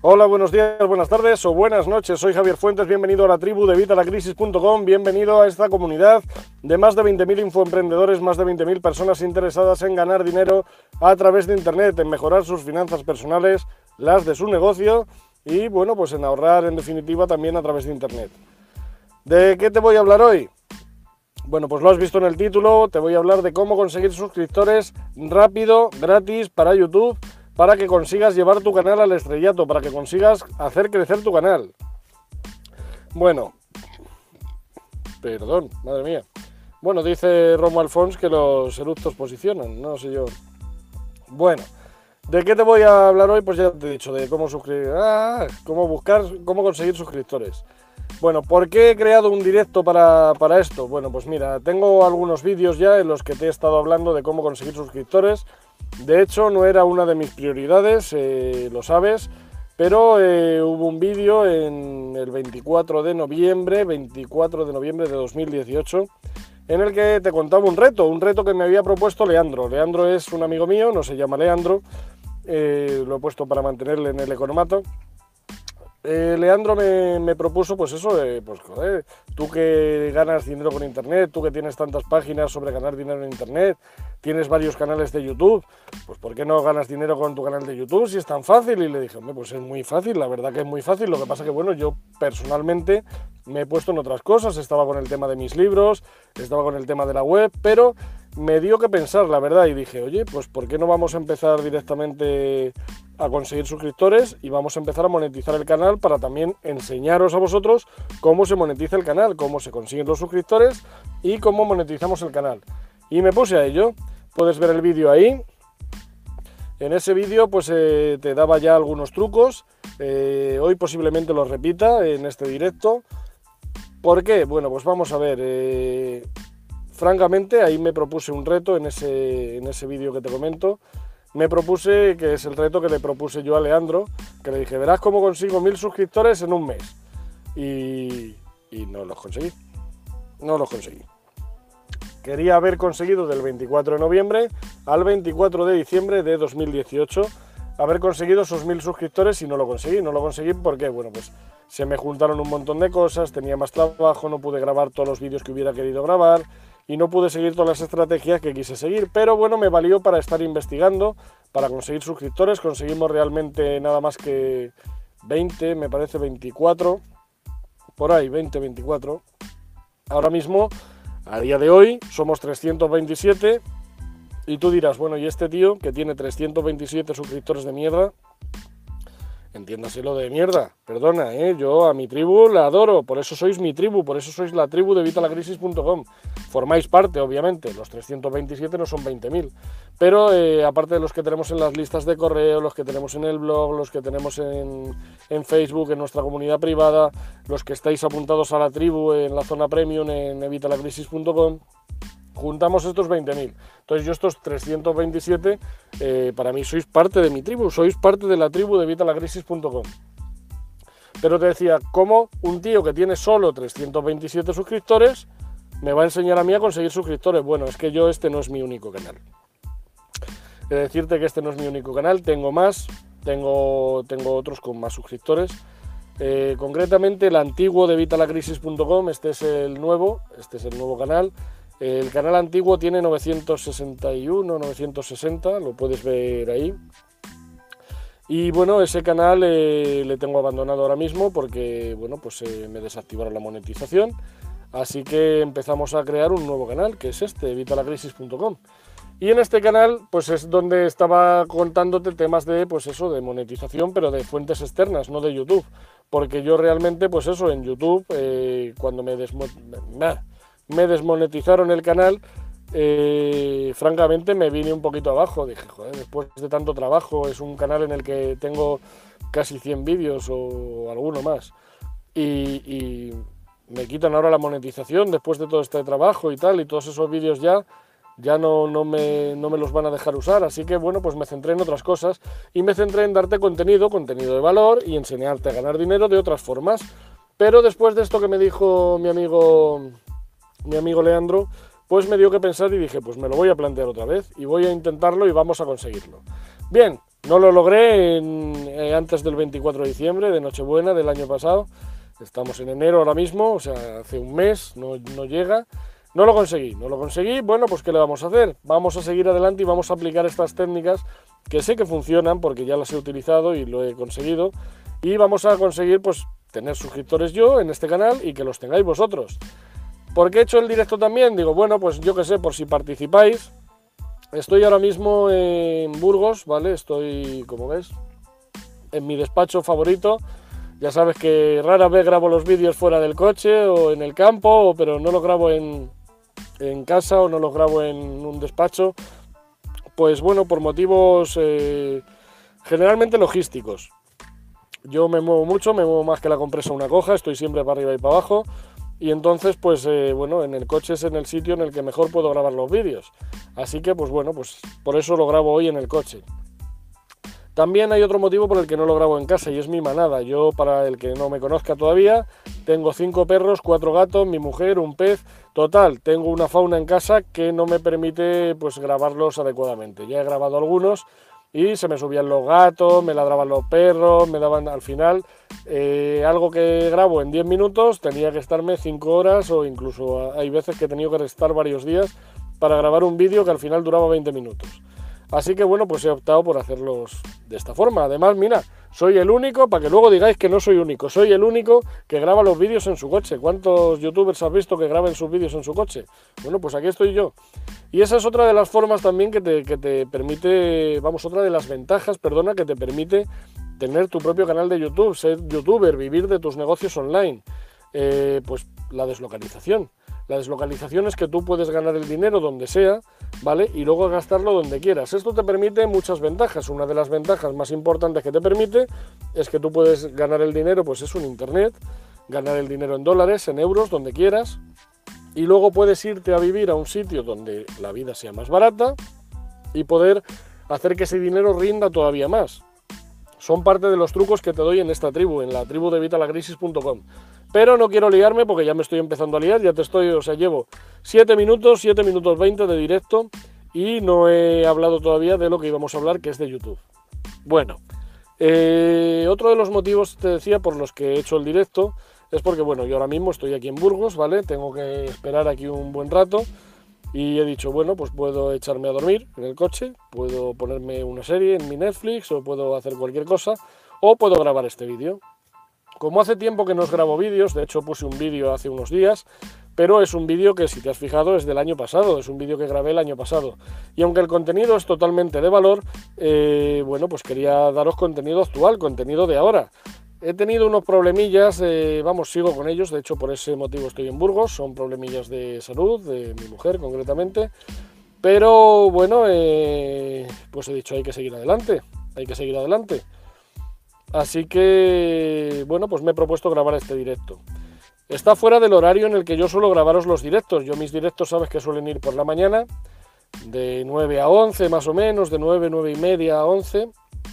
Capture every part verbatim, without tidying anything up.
Hola, buenos días, buenas tardes o buenas noches, soy Javier Fuentes, bienvenido a la tribu de Evitalacrisis punto com, bienvenido a esta comunidad de más de veinte mil infoemprendedores, más de veinte mil personas interesadas en ganar dinero a través de internet, en mejorar sus finanzas personales, las de su negocio y bueno, pues en ahorrar en definitiva también a través de internet. ¿De qué te voy a hablar hoy? Bueno, pues lo has visto en el título, te voy a hablar de cómo conseguir suscriptores rápido, gratis para YouTube, para que consigas llevar tu canal al estrellato, para que consigas hacer crecer tu canal. Bueno, perdón, madre mía. Bueno, dice Romo Alfons que los eructos posicionan, no sé yo. Bueno, ¿de qué te voy a hablar hoy? Pues ya te he dicho, de cómo suscribir, ah, cómo buscar, cómo conseguir suscriptores. Bueno, ¿por qué he creado un directo para, para esto? Bueno, pues mira, tengo algunos vídeos ya en los que te he estado hablando de cómo conseguir suscriptores. De hecho, no era una de mis prioridades, eh, lo sabes, pero eh, hubo un vídeo en el veinticuatro de noviembre, veinticuatro de noviembre de dos mil dieciocho, en el que te contaba un reto, un reto que me había propuesto Leandro. Leandro es un amigo mío, no se llama Leandro, eh, lo he puesto para mantenerle en el economato. Eh, Leandro me, me propuso, pues eso, eh, pues joder, tú que ganas dinero con internet, tú que tienes tantas páginas sobre ganar dinero en internet, tienes varios canales de YouTube, pues ¿por qué no ganas dinero con tu canal de YouTube si es tan fácil? Y le dije, hombre, pues es muy fácil, la verdad que es muy fácil, lo que pasa que bueno, yo personalmente me he puesto en otras cosas, estaba con el tema de mis libros, estaba con el tema de la web, pero me dio que pensar, la verdad, y dije, oye, pues ¿por qué no vamos a empezar directamente a conseguir suscriptores y vamos a empezar a monetizar el canal para también enseñaros a vosotros cómo se monetiza el canal, cómo se consiguen los suscriptores y cómo monetizamos el canal? Y me puse a ello. Puedes ver el vídeo ahí. En ese vídeo pues eh, te daba ya algunos trucos. Eh, hoy posiblemente los repita en este directo. ¿Por qué? Bueno, pues vamos a ver. Eh, francamente, ahí me propuse un reto en ese, en ese vídeo que te comento. Me propuse, que es el reto que le propuse yo a Leandro, que le dije, verás cómo consigo mil suscriptores en un mes. Y, y no los conseguí. No los conseguí. Quería haber conseguido del veinticuatro de noviembre al veinticuatro de diciembre de dos mil dieciocho haber conseguido esos mil suscriptores y no lo conseguí. No lo conseguí porque, bueno, pues se me juntaron un montón de cosas, tenía más trabajo, no pude grabar todos los vídeos que hubiera querido grabar y no pude seguir todas las estrategias que quise seguir, pero bueno, me valió para estar investigando, para conseguir suscriptores. Conseguimos realmente nada más que veinte, me parece veinticuatro, por ahí, veinte, veinticuatro. Ahora mismo, a día de hoy, somos trescientos veintisiete y tú dirás, bueno, ¿y este tío que tiene trescientos veintisiete suscriptores de mierda? Entiéndaselo de mierda, perdona, ¿eh? Yo a mi tribu la adoro, por eso sois mi tribu, por eso sois la tribu de Evitalacrisis punto com. Formáis parte, obviamente, los trescientos veintisiete no son veinte mil, pero eh, aparte de los que tenemos en las listas de correo, los que tenemos en el blog, los que tenemos en, en Facebook, en nuestra comunidad privada, los que estáis apuntados a la tribu en la zona premium en Evitalacrisis punto com, juntamos estos veinte mil. Entonces yo estos trescientos veintisiete, eh, para mí sois parte de mi tribu, sois parte de la tribu de Evitalacrisis punto com. Pero te decía, ¿cómo un tío que tiene solo trescientos veintisiete suscriptores me va a enseñar a mí a conseguir suscriptores? Bueno, es que yo este no es mi único canal. He de decirte que este no es mi único canal, tengo más, tengo, tengo otros con más suscriptores. Eh, concretamente el antiguo de Evitalacrisis punto com, este es el nuevo, este es el nuevo canal. El canal antiguo tiene novecientos sesenta y uno, novecientos sesenta, lo puedes ver ahí. Y bueno, ese canal eh, le tengo abandonado ahora mismo porque bueno, pues eh, me desactivaron la monetización. Así que empezamos a crear un nuevo canal, que es este, Evitalacrisis punto com. Y en este canal pues es donde estaba contándote temas de, pues eso, de monetización, pero de fuentes externas, no de YouTube. Porque yo realmente, pues eso, en YouTube, eh, cuando me desmo... me desmonetizaron el canal, eh, francamente me vine un poquito abajo. Dije, joder, después de tanto trabajo, es un canal en el que tengo casi cien vídeos o alguno más y, y me quitan ahora la monetización después de todo este trabajo y tal, y todos esos vídeos ya ya no, no, me, no me los van a dejar usar. Así que bueno, pues me centré en otras cosas y me centré en darte contenido, contenido de valor y enseñarte a ganar dinero de otras formas. Pero después de esto que me dijo mi amigo mi amigo Leandro, pues me dio que pensar y dije, pues me lo voy a plantear otra vez y voy a intentarlo y vamos a conseguirlo. Bien, No lo logré en, eh, antes del veinticuatro de diciembre, de Nochebuena del año pasado. Estamos en enero ahora mismo, o sea, hace un mes, no, no llega. No lo conseguí, no lo conseguí. Bueno, pues ¿qué le vamos a hacer? Vamos a seguir adelante y vamos a aplicar estas técnicas que sé que funcionan porque ya las he utilizado y lo he conseguido. Y vamos a conseguir, pues, tener suscriptores yo en este canal y que los tengáis vosotros. ¿Por qué he hecho el directo también? Digo, bueno, pues yo qué sé, por si participáis. Estoy ahora mismo en Burgos, ¿vale? Estoy, como ves, en mi despacho favorito. Ya sabes que rara vez grabo los vídeos fuera del coche o en el campo, pero no los grabo en, en casa o no los grabo en un despacho. Pues bueno, por motivos eh, generalmente logísticos. Yo me muevo mucho, me muevo más que la compresa una coja, estoy siempre para arriba y para abajo. Y entonces, pues eh, bueno, en el coche es en el sitio en el que mejor puedo grabar los vídeos. Así que, pues bueno, pues por eso lo grabo hoy en el coche. También hay otro motivo por el que no lo grabo en casa y es mi manada. Yo, para el que no me conozca todavía, tengo cinco perros, cuatro gatos, mi mujer, un pez. Total, tengo una fauna en casa que no me permite pues grabarlos adecuadamente. Ya he grabado algunos y se me subían los gatos, me ladraban los perros, me daban al final eh, algo que grabo en diez minutos, tenía que estarme cinco horas o incluso hay veces que he tenido que restar varios días para grabar un vídeo que al final duraba veinte minutos. Así que bueno, pues he optado por hacerlos de esta forma. Además, mira, soy el único, para que luego digáis que no soy único, soy el único que graba los vídeos en su coche. ¿Cuántos youtubers has visto que graben sus vídeos en su coche? Bueno, pues aquí estoy yo. Y esa es otra de las formas también que te, que te permite, vamos, otra de las ventajas, perdona, que te permite tener tu propio canal de YouTube, ser youtuber, vivir de tus negocios online. Eh, pues la deslocalización. La deslocalización es que tú puedes ganar el dinero donde sea, ¿vale? Y luego gastarlo donde quieras. Esto te permite muchas ventajas. Una de las ventajas más importantes que te permite es que tú puedes ganar el dinero, pues es un internet, ganar el dinero en dólares, en euros, donde quieras. Y luego puedes irte a vivir a un sitio donde la vida sea más barata y poder hacer que ese dinero rinda todavía más. Son parte de los trucos que te doy en esta tribu, en la tribu de Vitalacrisis punto com. Pero no quiero liarme porque ya me estoy empezando a liar, ya te estoy, o sea, llevo siete minutos, siete minutos veinte de directo y no he hablado todavía de lo que íbamos a hablar, que es de YouTube. Bueno, eh, otro de los motivos, te decía, por los que he hecho el directo, es porque, bueno, yo ahora mismo estoy aquí en Burgos, ¿vale? Tengo que esperar aquí un buen rato y he dicho, bueno, pues puedo echarme a dormir en el coche, puedo ponerme una serie en mi Netflix o puedo hacer cualquier cosa o puedo grabar este vídeo. Como hace tiempo que no os grabo vídeos, de hecho puse un vídeo hace unos días, pero es un vídeo que, si te has fijado, es del año pasado, es un vídeo que grabé el año pasado. Y aunque el contenido es totalmente de valor, eh, bueno, pues quería daros contenido actual, contenido de ahora. He tenido unos problemillas, eh, vamos, sigo con ellos, de hecho por ese motivo estoy en Burgos, son problemillas de salud, de mi mujer concretamente, pero bueno, eh, pues he dicho, hay que seguir adelante, hay que seguir adelante. Así que, bueno, pues me he propuesto grabar este directo. Está fuera del horario en el que yo suelo grabaros los directos. Yo mis directos sabes que suelen ir por la mañana, de nueve a once más o menos, de nueve, nueve y media a once.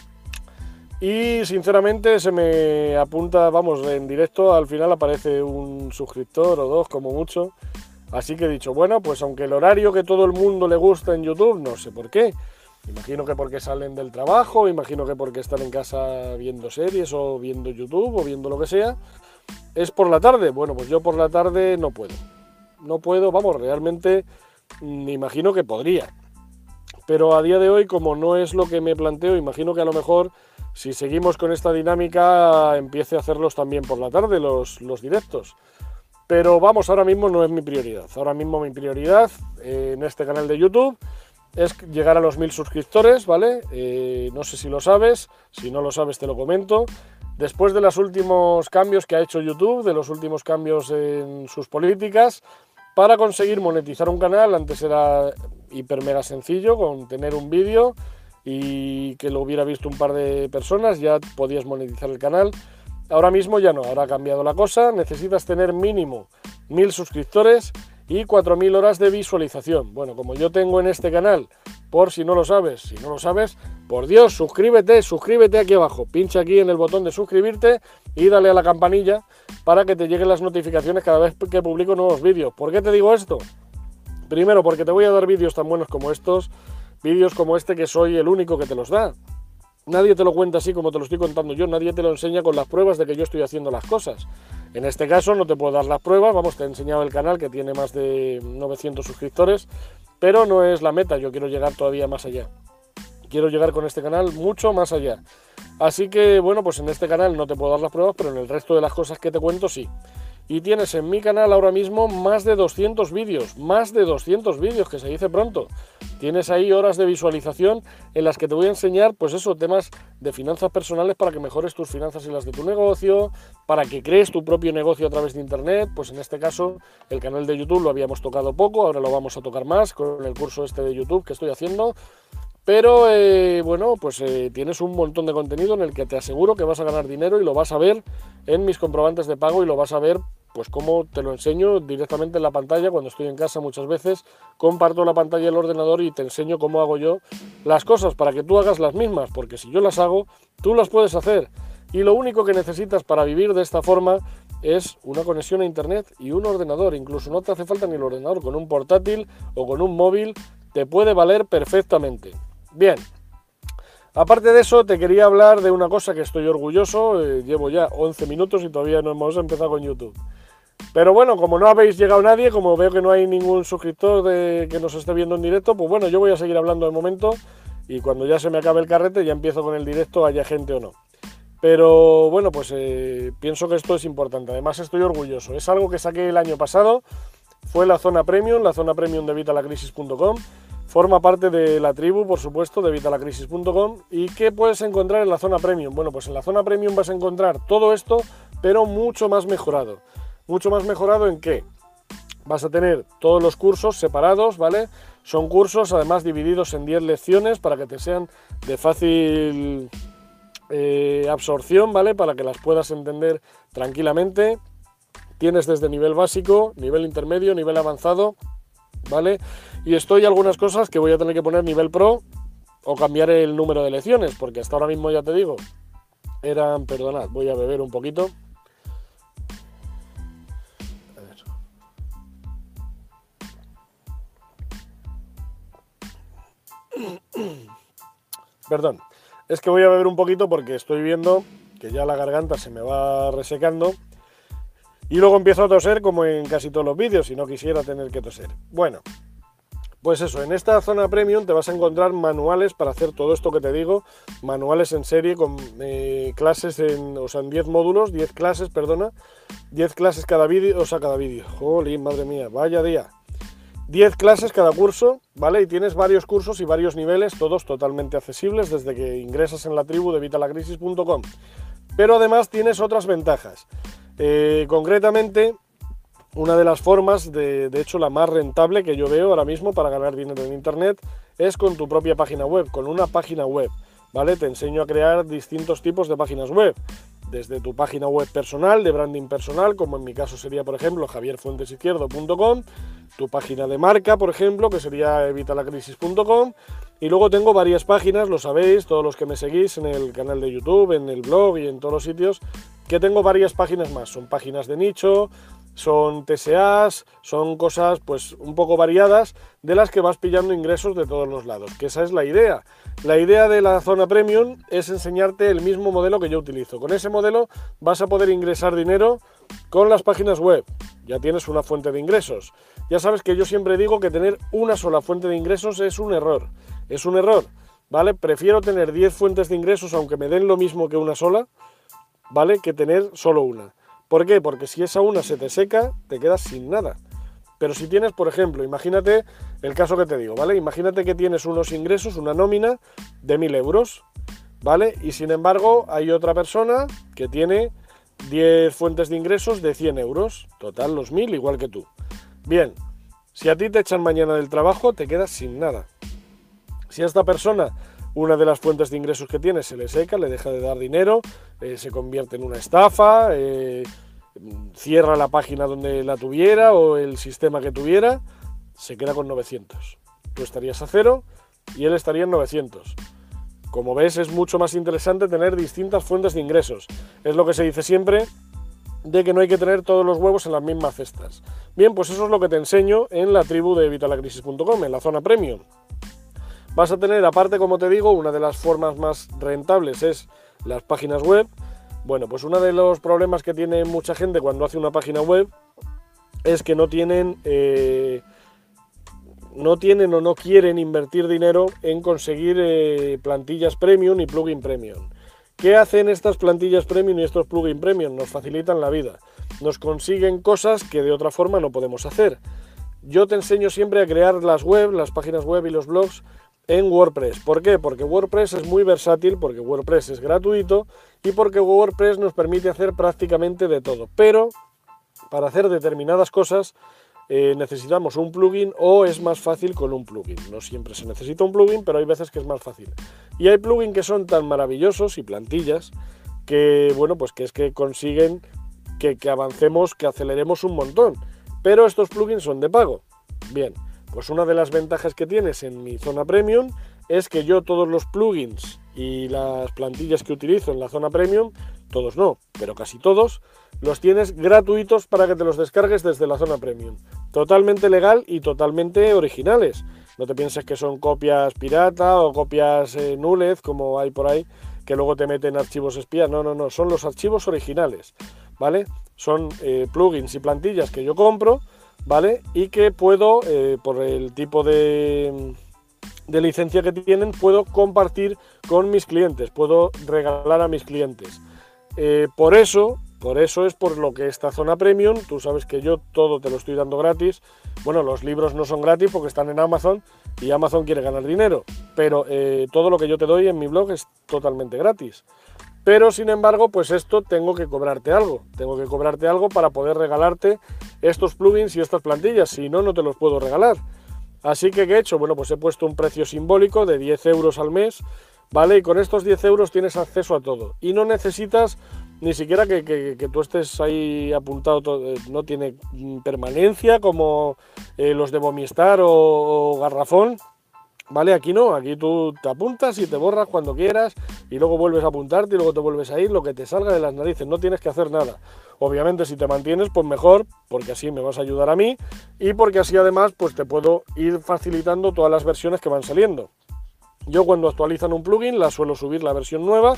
Y sinceramente se me apunta, vamos, en directo al final aparece un suscriptor o dos como mucho. Así que he dicho, bueno, pues aunque el horario que todo el mundo le gusta en YouTube, no sé por qué. Imagino que porque salen del trabajo, imagino que porque están en casa viendo series o viendo YouTube o viendo lo que sea. ¿Es por la tarde? Bueno, pues yo por la tarde no puedo. No puedo, vamos, realmente me imagino que podría. Pero a día de hoy, como no es lo que me planteo, imagino que a lo mejor, si seguimos con esta dinámica, empiece a hacerlos también por la tarde, los, los directos. Pero vamos, ahora mismo no es mi prioridad. Ahora mismo mi prioridad eh, en este canal de YouTube es llegar a los mil suscriptores, ¿vale? Eh, no sé si lo sabes, si no lo sabes te lo comento. Después de los últimos cambios que ha hecho YouTube, de los últimos cambios en sus políticas, para conseguir monetizar un canal, antes era hiper mega sencillo, con tener un vídeo y que lo hubiera visto un par de personas, ya podías monetizar el canal. Ahora mismo ya no, ahora ha cambiado la cosa, necesitas tener mínimo mil suscriptores y cuatro mil horas de visualización. Bueno, como yo tengo en este canal, por si no lo sabes, si no lo sabes, por Dios, suscríbete, suscríbete aquí abajo, pincha aquí en el botón de suscribirte y dale a la campanilla para que te lleguen las notificaciones cada vez que publico nuevos vídeos. ¿Por qué te digo esto? Primero, porque te voy a dar vídeos tan buenos como estos, vídeos como este que soy el único que te los da. nadie te lo cuenta así como te lo estoy contando yo, nadie te lo enseña con las pruebas de que yo estoy haciendo las cosas. En este caso no te puedo dar las pruebas, vamos, te he enseñado el canal que tiene más de novecientos suscriptores, pero no es la meta, yo quiero llegar todavía más allá. Quiero llegar con este canal mucho más allá. Así que, bueno, pues en este canal no te puedo dar las pruebas, pero en el resto de las cosas que te cuento sí. Y tienes en mi canal ahora mismo más de doscientos vídeos, más de doscientos vídeos, que se dice pronto. Tienes ahí horas de visualización en las que te voy a enseñar, pues eso, temas de finanzas personales para que mejores tus finanzas y las de tu negocio, para que crees tu propio negocio a través de internet. Pues en este caso, el canal de YouTube lo habíamos tocado poco, ahora lo vamos a tocar más con el curso este de YouTube que estoy haciendo. Pero, eh, bueno, pues eh, tienes un montón de contenido en el que te aseguro que vas a ganar dinero y lo vas a ver en mis comprobantes de pago y lo vas a ver, pues como te lo enseño directamente en la pantalla. Cuando estoy en casa muchas veces comparto la pantalla del ordenador y te enseño cómo hago yo las cosas para que tú hagas las mismas, porque si yo las hago, tú las puedes hacer. Y lo único que necesitas para vivir de esta forma es una conexión a internet y un ordenador. Incluso no te hace falta ni el ordenador, con un portátil o con un móvil te puede valer perfectamente. Bien, aparte de eso te quería hablar de una cosa que estoy orgulloso, eh, llevo ya once minutos y todavía no hemos empezado con YouTube. Pero bueno, como no habéis llegado nadie, como veo que no hay ningún suscriptor de, que nos esté viendo en directo, pues bueno, yo voy a seguir hablando de momento y cuando ya se me acabe el carrete ya empiezo con el directo, haya gente o no. Pero bueno, pues eh, pienso que esto es importante, además estoy orgulloso, es algo que saqué el año pasado, fue la zona premium, la zona premium de Evitalacrisis punto com. Forma parte de la tribu, por supuesto, de Evitalacrisis punto com. ¿Y qué puedes encontrar en la zona premium? Bueno, pues en la zona premium vas a encontrar todo esto, pero mucho más mejorado. ¿Mucho más mejorado en qué? Vas a tener todos los cursos separados, ¿vale? Son cursos, además, divididos en diez lecciones para que te sean de fácil eh, absorción, ¿vale? Para que las puedas entender tranquilamente. Tienes desde nivel básico, nivel intermedio, nivel avanzado, ¿vale? Y estoy algunas cosas que voy a tener que poner nivel pro o cambiar el número de lecciones, porque hasta ahora mismo ya te digo, eran, perdonad, voy a beber un poquito. A ver. Perdón, es que voy a beber un poquito porque estoy viendo que ya la garganta se me va resecando y luego empiezo a toser como en casi todos los vídeos y no quisiera tener que toser. Bueno. Pues eso, en esta zona premium te vas a encontrar manuales para hacer todo esto que te digo, manuales en serie con eh, clases en, o sea, en diez módulos, diez clases, perdona, diez clases cada vídeo, o sea, cada vídeo, jolín, madre mía, vaya día, diez clases cada curso, ¿vale? Y tienes varios cursos y varios niveles, todos totalmente accesibles desde que ingresas en la tribu de Evitalacrisis punto com. Pero además tienes otras ventajas, eh, concretamente. Una de las formas, de, de hecho la más rentable que yo veo ahora mismo para ganar dinero en internet es con tu propia página web, con una página web, ¿vale? Te enseño a crear distintos tipos de páginas web, desde tu página web personal, de branding personal, como en mi caso sería, por ejemplo, javier fuentes izquierdo punto com, tu página de marca, por ejemplo, que sería Evitalacrisis punto com, y luego tengo varias páginas, lo sabéis, todos los que me seguís en el canal de YouTube, en el blog y en todos los sitios, que tengo varias páginas más, son páginas de nicho, son T S As, son cosas pues un poco variadas de las que vas pillando ingresos de todos los lados, que esa es la idea. La idea de la zona premium es enseñarte el mismo modelo que yo utilizo. Con ese modelo vas a poder ingresar dinero con las páginas web. Ya tienes una fuente de ingresos. Ya sabes que yo siempre digo que tener una sola fuente de ingresos es un error. Es un error, ¿vale? Prefiero tener diez fuentes de ingresos aunque me den lo mismo que una sola, ¿vale? Que tener solo una. ¿Por qué? Porque si esa una se te seca, te quedas sin nada. Pero si tienes, por ejemplo, imagínate el caso que te digo, ¿vale? Imagínate que tienes unos ingresos, una nómina de mil euros, ¿vale? Y sin embargo, hay otra persona que tiene diez fuentes de ingresos de cien euros. Total, los mil, igual que tú. Bien, si a ti te echan mañana del trabajo, te quedas sin nada. Si a esta persona una de las fuentes de ingresos que tiene se le seca, le deja de dar dinero, eh, se convierte en una estafa, eh, cierra la página donde la tuviera o el sistema que tuviera, se queda con novecientos. Tú estarías a cero y él estaría en novecientos. Como ves, es mucho más interesante tener distintas fuentes de ingresos. Es lo que se dice siempre, de que no hay que tener todos los huevos en las mismas cestas. Bien, pues eso es lo que te enseño en la tribu de Evitalacrisis punto com, en la zona premium. Vas a tener, aparte, como te digo, una de las formas más rentables es las páginas web. Bueno, pues uno de los problemas que tiene mucha gente cuando hace una página web es que no tienen, eh, no tienen o no quieren invertir dinero en conseguir eh, plantillas premium y plugin premium. ¿Qué hacen estas plantillas premium y estos plugin premium? Nos facilitan la vida, nos consiguen cosas que de otra forma no podemos hacer. Yo te enseño siempre a crear las web, las páginas web y los blogs en WordPress. ¿Por qué? Porque WordPress es muy versátil, porque WordPress es gratuito y porque WordPress nos permite hacer prácticamente de todo. Pero para hacer determinadas cosas eh, necesitamos un plugin o es más fácil con un plugin. No siempre se necesita un plugin, pero hay veces que es más fácil. Y hay plugins que son tan maravillosos y plantillas que, bueno, pues que es que consiguen que, que avancemos, que aceleremos un montón. Pero estos plugins son de pago. Bien. Pues una de las ventajas que tienes en mi zona premium es que yo todos los plugins y las plantillas que utilizo en la zona premium, todos no, pero casi todos, los tienes gratuitos para que te los descargues desde la zona premium. Totalmente legal y totalmente originales. No te pienses que son copias pirata o copias eh, nullez, como hay por ahí, que luego te meten archivos espía. No, no, no, son los archivos originales, ¿vale? Son eh, plugins y plantillas que yo compro, ¿vale? Y que puedo, eh, por el tipo de, de licencia que tienen, puedo compartir con mis clientes, puedo regalar a mis clientes. Eh, por eso, por eso es por lo que esta zona premium, tú sabes que yo todo te lo estoy dando gratis. Bueno, los libros no son gratis porque están en Amazon y Amazon quiere ganar dinero, pero eh, todo lo que yo te doy en mi blog es totalmente gratis. Pero sin embargo, pues esto tengo que cobrarte algo, tengo que cobrarte algo para poder regalarte estos plugins y estas plantillas, si no, no te los puedo regalar. Así que, ¿qué he hecho? Bueno, pues he puesto un precio simbólico de diez euros al mes, ¿vale? Y con estos diez euros tienes acceso a todo. Y no necesitas ni siquiera que, que, que tú estés ahí apuntado, todo, no tiene permanencia como eh, los de Movistar o, o Garrafón. Vale, aquí no, aquí tú te apuntas y te borras cuando quieras y luego vuelves a apuntarte y luego te vuelves a ir, lo que te salga de las narices, no tienes que hacer nada. Obviamente si te mantienes, pues mejor, porque así me vas a ayudar a mí y porque así además pues te puedo ir facilitando todas las versiones que van saliendo. Yo cuando actualizan un plugin la suelo subir la versión nueva,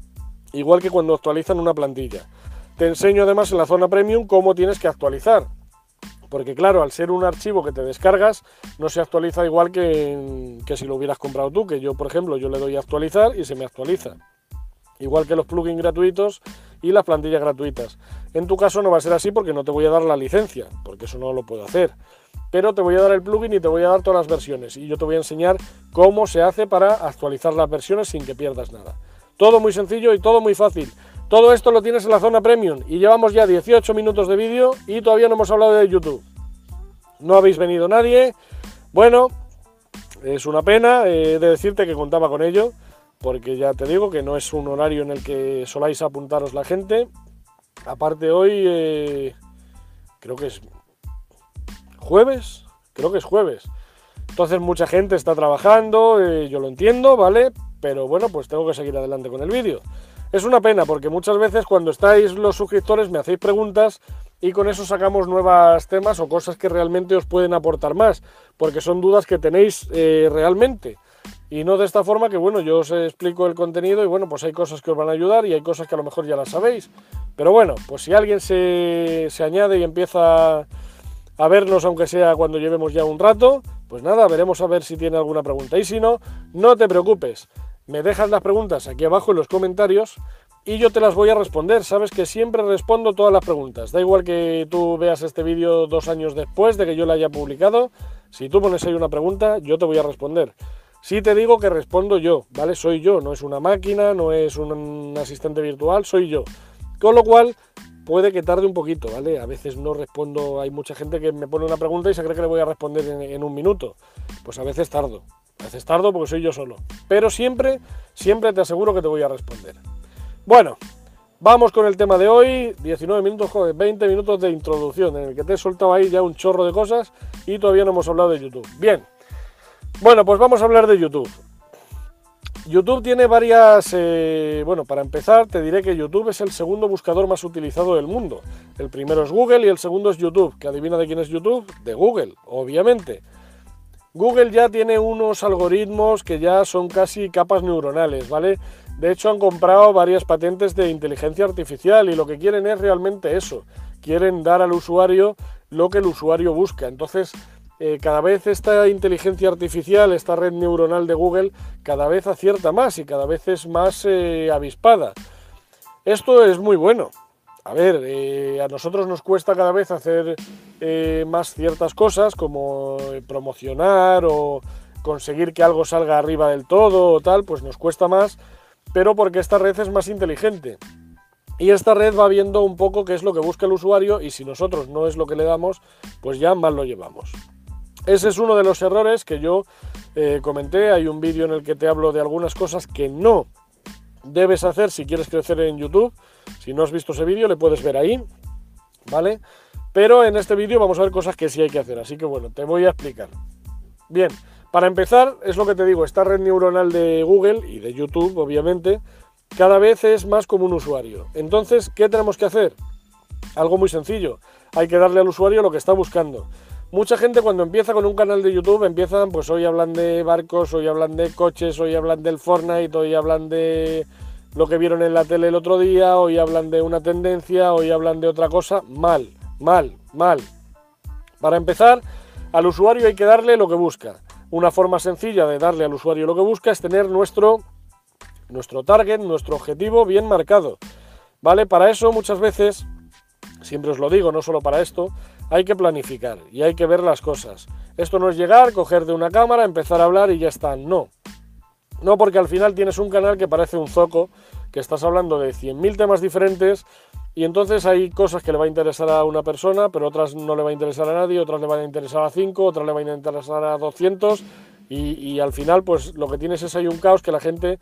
igual que cuando actualizan una plantilla. Te enseño además en la zona premium cómo tienes que actualizar. Porque claro, al ser un archivo que te descargas, no se actualiza igual que, que si lo hubieras comprado tú, que yo, por ejemplo, yo le doy a actualizar y se me actualiza. Igual que los plugins gratuitos y las plantillas gratuitas. En tu caso no va a ser así porque no te voy a dar la licencia, porque eso no lo puedo hacer. Pero te voy a dar el plugin y te voy a dar todas las versiones. Y yo te voy a enseñar cómo se hace para actualizar las versiones sin que pierdas nada. Todo muy sencillo y todo muy fácil. Todo esto lo tienes en la zona premium y llevamos ya dieciocho minutos de vídeo y todavía no hemos hablado de YouTube. No habéis venido nadie. Bueno, es una pena eh, de decirte que contaba con ello, porque ya te digo que no es un horario en el que soláis apuntaros la gente. Aparte hoy, eh, creo que es jueves, creo que es jueves. Entonces mucha gente está trabajando, eh, yo lo entiendo, ¿vale? Pero bueno, pues tengo que seguir adelante con el vídeo. Es una pena porque muchas veces cuando estáis los suscriptores me hacéis preguntas y con eso sacamos nuevos temas o cosas que realmente os pueden aportar más, porque son dudas que tenéis eh, realmente. Y no de esta forma que, bueno, yo os explico el contenido y, bueno, pues hay cosas que os van a ayudar y hay cosas que a lo mejor ya las sabéis. Pero bueno, pues si alguien se, se añade y empieza a vernos, aunque sea cuando llevemos ya un rato, pues nada, veremos a ver si tiene alguna pregunta. Y si no, no te preocupes. Me dejas las preguntas aquí abajo en los comentarios y yo te las voy a responder. Sabes que siempre respondo todas las preguntas. Da igual que tú veas este vídeo dos años después de que yo la haya publicado. Si tú pones ahí una pregunta, yo te voy a responder. Sí te digo que respondo yo, ¿vale? Soy yo, no es una máquina, no es un asistente virtual, soy yo. Con lo cual, puede que tarde un poquito, ¿vale? A veces no respondo, hay mucha gente que me pone una pregunta y se cree que le voy a responder en, en un minuto. Pues a veces tardo. A veces tardo porque soy yo solo, pero siempre, siempre te aseguro que te voy a responder. Bueno, vamos con el tema de hoy, diecinueve minutos, joder, veinte minutos de introducción, en el que te he soltado ahí ya un chorro de cosas y todavía no hemos hablado de YouTube. Bien, bueno, pues vamos a hablar de YouTube. YouTube tiene varias, eh, bueno, para empezar te diré que YouTube es el segundo buscador más utilizado del mundo. El primero es Google y el segundo es YouTube, que adivina de quién es YouTube, de Google, obviamente. Google ya tiene unos algoritmos que ya son casi capas neuronales, ¿vale? De hecho, han comprado varias patentes de inteligencia artificial y lo que quieren es realmente eso. Quieren dar al usuario lo que el usuario busca. Entonces, eh, cada vez esta inteligencia artificial, esta red neuronal de Google, cada vez acierta más y cada vez es más eh, avispada. Esto es muy bueno. A ver, eh, a nosotros nos cuesta cada vez hacer eh, más ciertas cosas, como promocionar o conseguir que algo salga arriba del todo o tal, pues nos cuesta más, pero porque esta red es más inteligente. Y esta red va viendo un poco qué es lo que busca el usuario y si nosotros no es lo que le damos, pues ya mal lo llevamos. Ese es uno de los errores que yo eh, comenté. Hay un vídeo en el que te hablo de algunas cosas que no debes hacer si quieres crecer en YouTube. Si no has visto ese vídeo, le puedes ver ahí, ¿vale? Pero en este vídeo vamos a ver cosas que sí hay que hacer, así que bueno, te voy a explicar. Bien, para empezar, es lo que te digo, esta red neuronal de Google y de YouTube, obviamente, cada vez es más como un usuario. Entonces, ¿qué tenemos que hacer? Algo muy sencillo, hay que darle al usuario lo que está buscando. Mucha gente cuando empieza con un canal de YouTube empiezan, pues hoy hablan de barcos, hoy hablan de coches, hoy hablan del Fortnite, hoy hablan de lo que vieron en la tele el otro día, hoy hablan de una tendencia, hoy hablan de otra cosa. Mal, mal, mal. Para empezar, al usuario hay que darle lo que busca. Una forma sencilla de darle al usuario lo que busca es tener nuestro, nuestro target, nuestro objetivo bien marcado, ¿vale? Para eso muchas veces, siempre os lo digo, no solo para esto, hay que planificar y hay que ver las cosas. Esto no es llegar, coger de una cámara, empezar a hablar y ya está, no. No, porque al final tienes un canal que parece un zoco, que estás hablando de cien mil temas diferentes y entonces hay cosas que le va a interesar a una persona, pero otras no le va a interesar a nadie, otras le van a interesar a cinco, otras le van a interesar a doscientos y, y al final pues lo que tienes es ahí un caos que la gente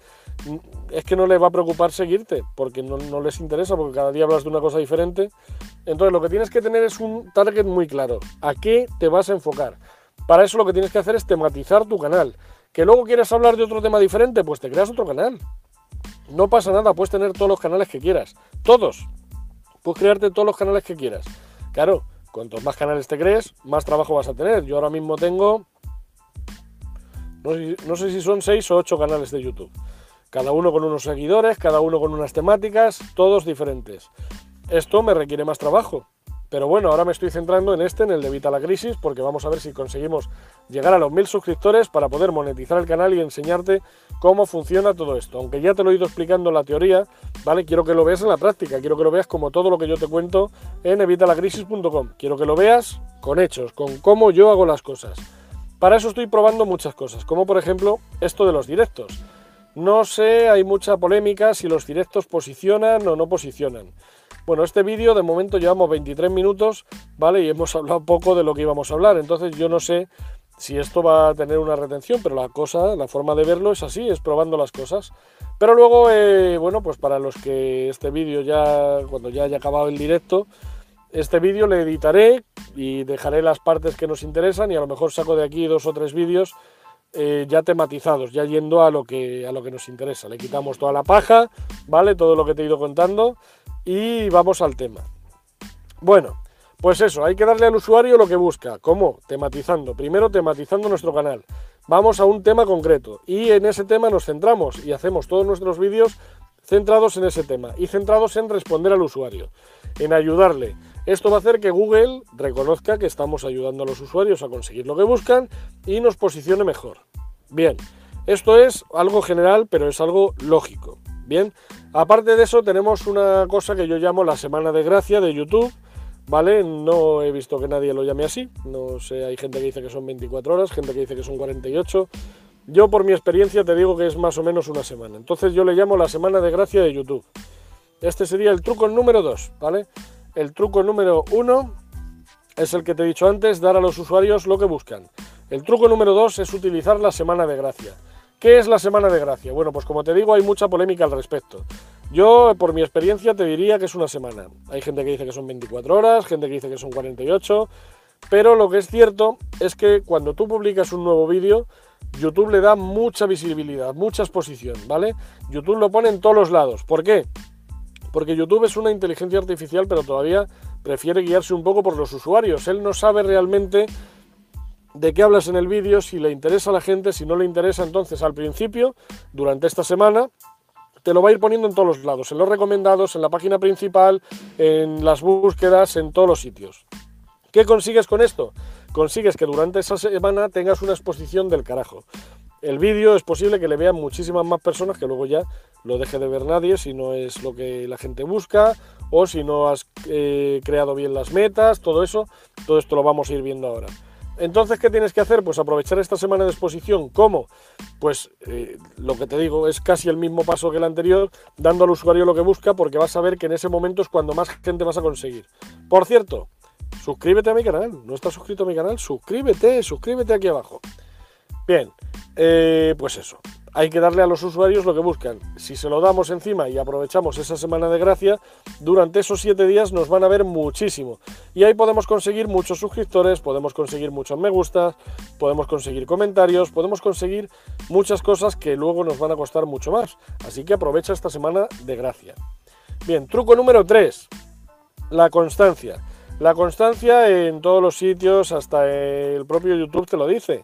es que no le va a preocupar seguirte, porque no, no les interesa, porque cada día hablas de una cosa diferente. Entonces lo que tienes que tener es un target muy claro, ¿a qué te vas a enfocar? Para eso lo que tienes que hacer es tematizar tu canal. ¿Que luego quieres hablar de otro tema diferente? Pues te creas otro canal. No pasa nada, puedes tener todos los canales que quieras. Todos. Puedes crearte todos los canales que quieras. Claro, cuantos más canales te crees, más trabajo vas a tener. Yo ahora mismo tengo, no sé, no sé si son seis o ocho canales de YouTube. Cada uno con unos seguidores, cada uno con unas temáticas, todos diferentes. Esto me requiere más trabajo. Pero bueno, ahora me estoy centrando en este, en el de Evita la Crisis, porque vamos a ver si conseguimos llegar a los mil suscriptores para poder monetizar el canal y enseñarte cómo funciona todo esto. Aunque ya te lo he ido explicando en la teoría, ¿vale? Quiero que lo veas en la práctica, quiero que lo veas como todo lo que yo te cuento en evita la crisis punto com. Quiero que lo veas con hechos, con cómo yo hago las cosas. Para eso estoy probando muchas cosas, como por ejemplo esto de los directos. No sé, hay mucha polémica si los directos posicionan o no posicionan. Bueno, este vídeo de momento llevamos veintitrés minutos, ¿vale? Y hemos hablado poco de lo que íbamos a hablar, entonces yo no sé si esto va a tener una retención, pero la cosa, la forma de verlo es así, es probando las cosas. Pero luego, eh, bueno, pues para los que este vídeo ya, cuando ya haya acabado el directo, este vídeo le editaré y dejaré las partes que nos interesan y a lo mejor saco de aquí dos o tres vídeos eh, ya tematizados, ya yendo a lo que, a lo que nos interesa. Le quitamos toda la paja, ¿vale? Todo lo que te he ido contando. Y vamos al tema. Bueno, pues eso, hay que darle al usuario lo que busca. ¿Cómo? Tematizando. Primero tematizando nuestro canal. Vamos a un tema concreto y en ese tema nos centramos y hacemos todos nuestros vídeos centrados en ese tema y centrados en responder al usuario, en ayudarle. Esto va a hacer que Google reconozca que estamos ayudando a los usuarios a conseguir lo que buscan y nos posicione mejor. Bien, esto es algo general, pero es algo lógico. Bien, aparte de eso tenemos una cosa que yo llamo la semana de gracia de YouTube, ¿vale? No he visto que nadie lo llame así, no sé, hay gente que dice que son veinticuatro horas, gente que dice que son cuarenta y ocho, yo por mi experiencia te digo que es más o menos una semana, entonces yo le llamo la semana de gracia de YouTube. Este sería el truco número dos, ¿vale? El truco número uno es el que te he dicho antes, dar a los usuarios lo que buscan. El truco número dos es utilizar la semana de gracia. ¿Qué es la semana de gracia? Bueno, pues como te digo, hay mucha polémica al respecto. Yo, por mi experiencia, te diría que es una semana. Hay gente que dice que son veinticuatro horas, gente que dice que son cuarenta y ocho, pero lo que es cierto es que cuando tú publicas un nuevo vídeo, YouTube le da mucha visibilidad, mucha exposición, ¿vale? YouTube lo pone en todos los lados. ¿Por qué? Porque YouTube es una inteligencia artificial, pero todavía prefiere guiarse un poco por los usuarios. Él no sabe realmente de qué hablas en el vídeo, si le interesa a la gente, si no le interesa. Entonces al principio, durante esta semana, te lo va a ir poniendo en todos los lados, en los recomendados, en la página principal, en las búsquedas, en todos los sitios. ¿Qué consigues con esto? Consigues que durante esa semana tengas una exposición del carajo. El vídeo es posible que le vean muchísimas más personas, que luego ya lo deje de ver nadie si no es lo que la gente busca, o si no has eh, creado bien las metas, todo eso, todo esto lo vamos a ir viendo ahora. Entonces, ¿qué tienes que hacer? Pues aprovechar esta semana de exposición. ¿Cómo? Pues eh, lo que te digo es casi el mismo paso que el anterior, dando al usuario lo que busca, porque vas a ver que en ese momento es cuando más gente vas a conseguir. Por cierto, suscríbete a mi canal. ¿No estás suscrito a mi canal? Suscríbete, suscríbete aquí abajo. Bien, eh, pues eso. Hay que darle a los usuarios lo que buscan. Si se lo damos encima y aprovechamos esa semana de gracia, durante esos siete días nos van a ver muchísimo. Y ahí podemos conseguir muchos suscriptores, podemos conseguir muchos me gustas, podemos conseguir comentarios, podemos conseguir muchas cosas que luego nos van a costar mucho más. Así que aprovecha esta semana de gracia. Bien, truco número tres. La constancia. La constancia en todos los sitios, hasta el propio YouTube te lo dice.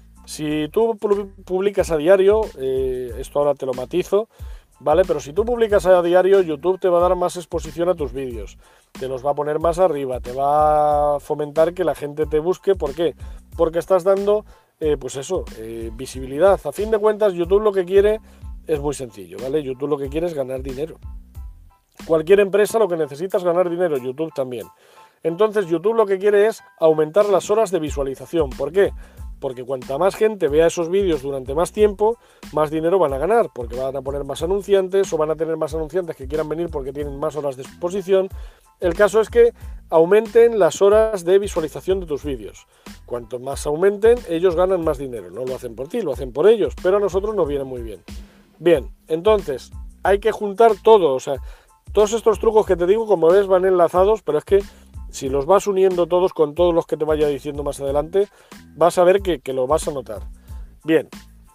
Si tú publicas a diario, eh, esto ahora te lo matizo, ¿vale? Pero si tú publicas a diario, YouTube te va a dar más exposición a tus vídeos, te los va a poner más arriba, te va a fomentar que la gente te busque. ¿Por qué? Porque estás dando, eh, pues eso, eh, visibilidad. A fin de cuentas, YouTube lo que quiere es muy sencillo, ¿vale? YouTube lo que quiere es ganar dinero. Cualquier empresa lo que necesita es ganar dinero, YouTube también. Entonces, YouTube lo que quiere es aumentar las horas de visualización. ¿Por qué? Porque cuanta más gente vea esos vídeos durante más tiempo, más dinero van a ganar, porque van a poner más anunciantes o van a tener más anunciantes que quieran venir porque tienen más horas de exposición. El caso es que aumenten las horas de visualización de tus vídeos. Cuanto más aumenten, ellos ganan más dinero. No lo hacen por ti, lo hacen por ellos, pero a nosotros nos viene muy bien. Bien, entonces hay que juntar todo. O sea, todos estos trucos que te digo, como ves, van enlazados, pero es que si los vas uniendo todos con todos los que te vaya diciendo más adelante, vas a ver que, que lo vas a notar. Bien.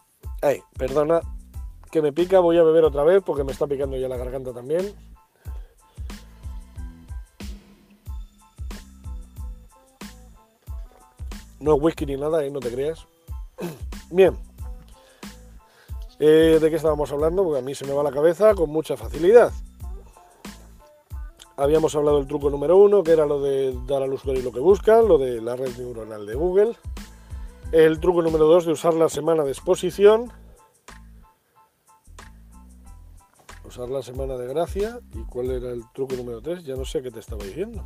Ay, perdona que me pica, voy a beber otra vez porque me está picando ya la garganta también. No es whisky ni nada, ¿eh? No te creas. Bien. Eh, ¿De qué estábamos hablando? Porque a mí se me va la cabeza con mucha facilidad. Habíamos hablado del truco número uno, que era lo de dar al usuario lo que busca, lo de la red neuronal de Google. El truco número dos, de usar la semana de exposición. Usar la semana de gracia. ¿Y cuál era el truco número tres? Ya no sé qué te estaba diciendo.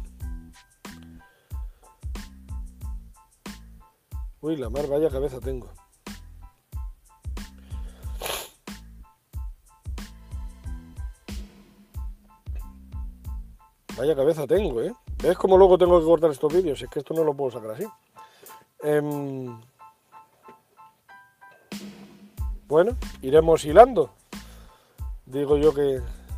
Uy, la mar, vaya cabeza tengo. Vaya cabeza tengo, ¿eh? ¿Ves cómo luego tengo que cortar estos vídeos? Es que esto no lo puedo sacar así. Eh, bueno, iremos hilando. Digo yo que...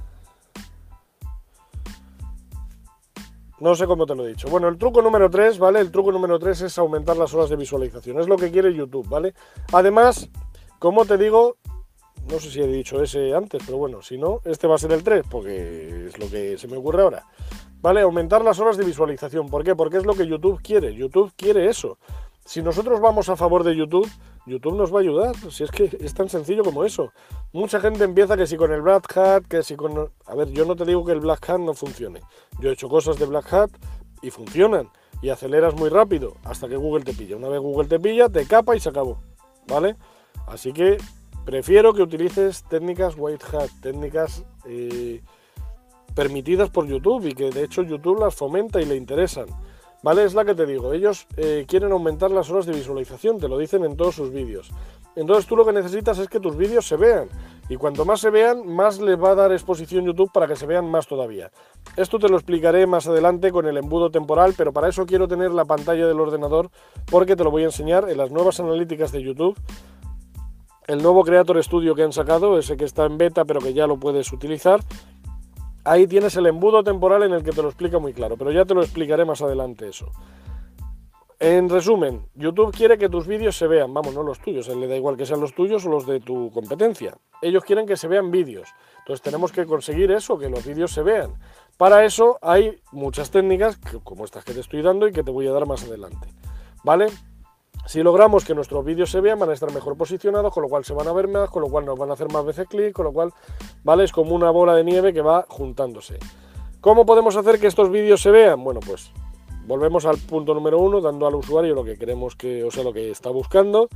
No sé cómo te lo he dicho. Bueno, el truco número tres, ¿vale? El truco número tres es aumentar las horas de visualización. Es lo que quiere YouTube, ¿vale? Además, como te digo... No sé si he dicho ese antes, pero bueno, si no, este va a ser el tres, porque es lo que se me ocurre ahora. ¿Vale? Aumentar las horas de visualización. ¿Por qué? Porque es lo que YouTube quiere. YouTube quiere eso. Si nosotros vamos a favor de YouTube, YouTube nos va a ayudar. Si es que es tan sencillo como eso. Mucha gente empieza que si con el Black Hat, que si con... A ver, yo no te digo que el Black Hat no funcione. Yo he hecho cosas de Black Hat y funcionan. Y aceleras muy rápido hasta que Google te pilla. Una vez Google te pilla, te capa y se acabó. ¿Vale? Así que... prefiero que utilices técnicas White Hat, técnicas eh, permitidas por YouTube y que de hecho YouTube las fomenta y le interesan. ¿Vale? Es la que te digo, ellos eh, quieren aumentar las horas de visualización, te lo dicen en todos sus vídeos. Entonces tú lo que necesitas es que tus vídeos se vean. Y cuanto más se vean, más les va a dar exposición YouTube para que se vean más todavía. Esto te lo explicaré más adelante con el embudo temporal, pero para eso quiero tener la pantalla del ordenador porque te lo voy a enseñar en las nuevas analíticas de YouTube. El nuevo Creator Studio que han sacado, ese que está en beta pero que ya lo puedes utilizar, ahí tienes el embudo temporal en el que te lo explica muy claro, pero ya te lo explicaré más adelante eso. En resumen, YouTube quiere que tus vídeos se vean, vamos, no los tuyos, a él le da igual que sean los tuyos o los de tu competencia. Ellos quieren que se vean vídeos, entonces tenemos que conseguir eso, que los vídeos se vean. Para eso hay muchas técnicas, como estas que te estoy dando y que te voy a dar más adelante, ¿vale? Si logramos que nuestros vídeos se vean, van a estar mejor posicionados, con lo cual se van a ver más, con lo cual nos van a hacer más veces clic, con lo cual, ¿vale? Es como una bola de nieve que va juntándose. ¿Cómo podemos hacer que estos vídeos se vean? Bueno, pues volvemos al punto número uno, dando al usuario lo que queremos que, o sea, lo que está buscando.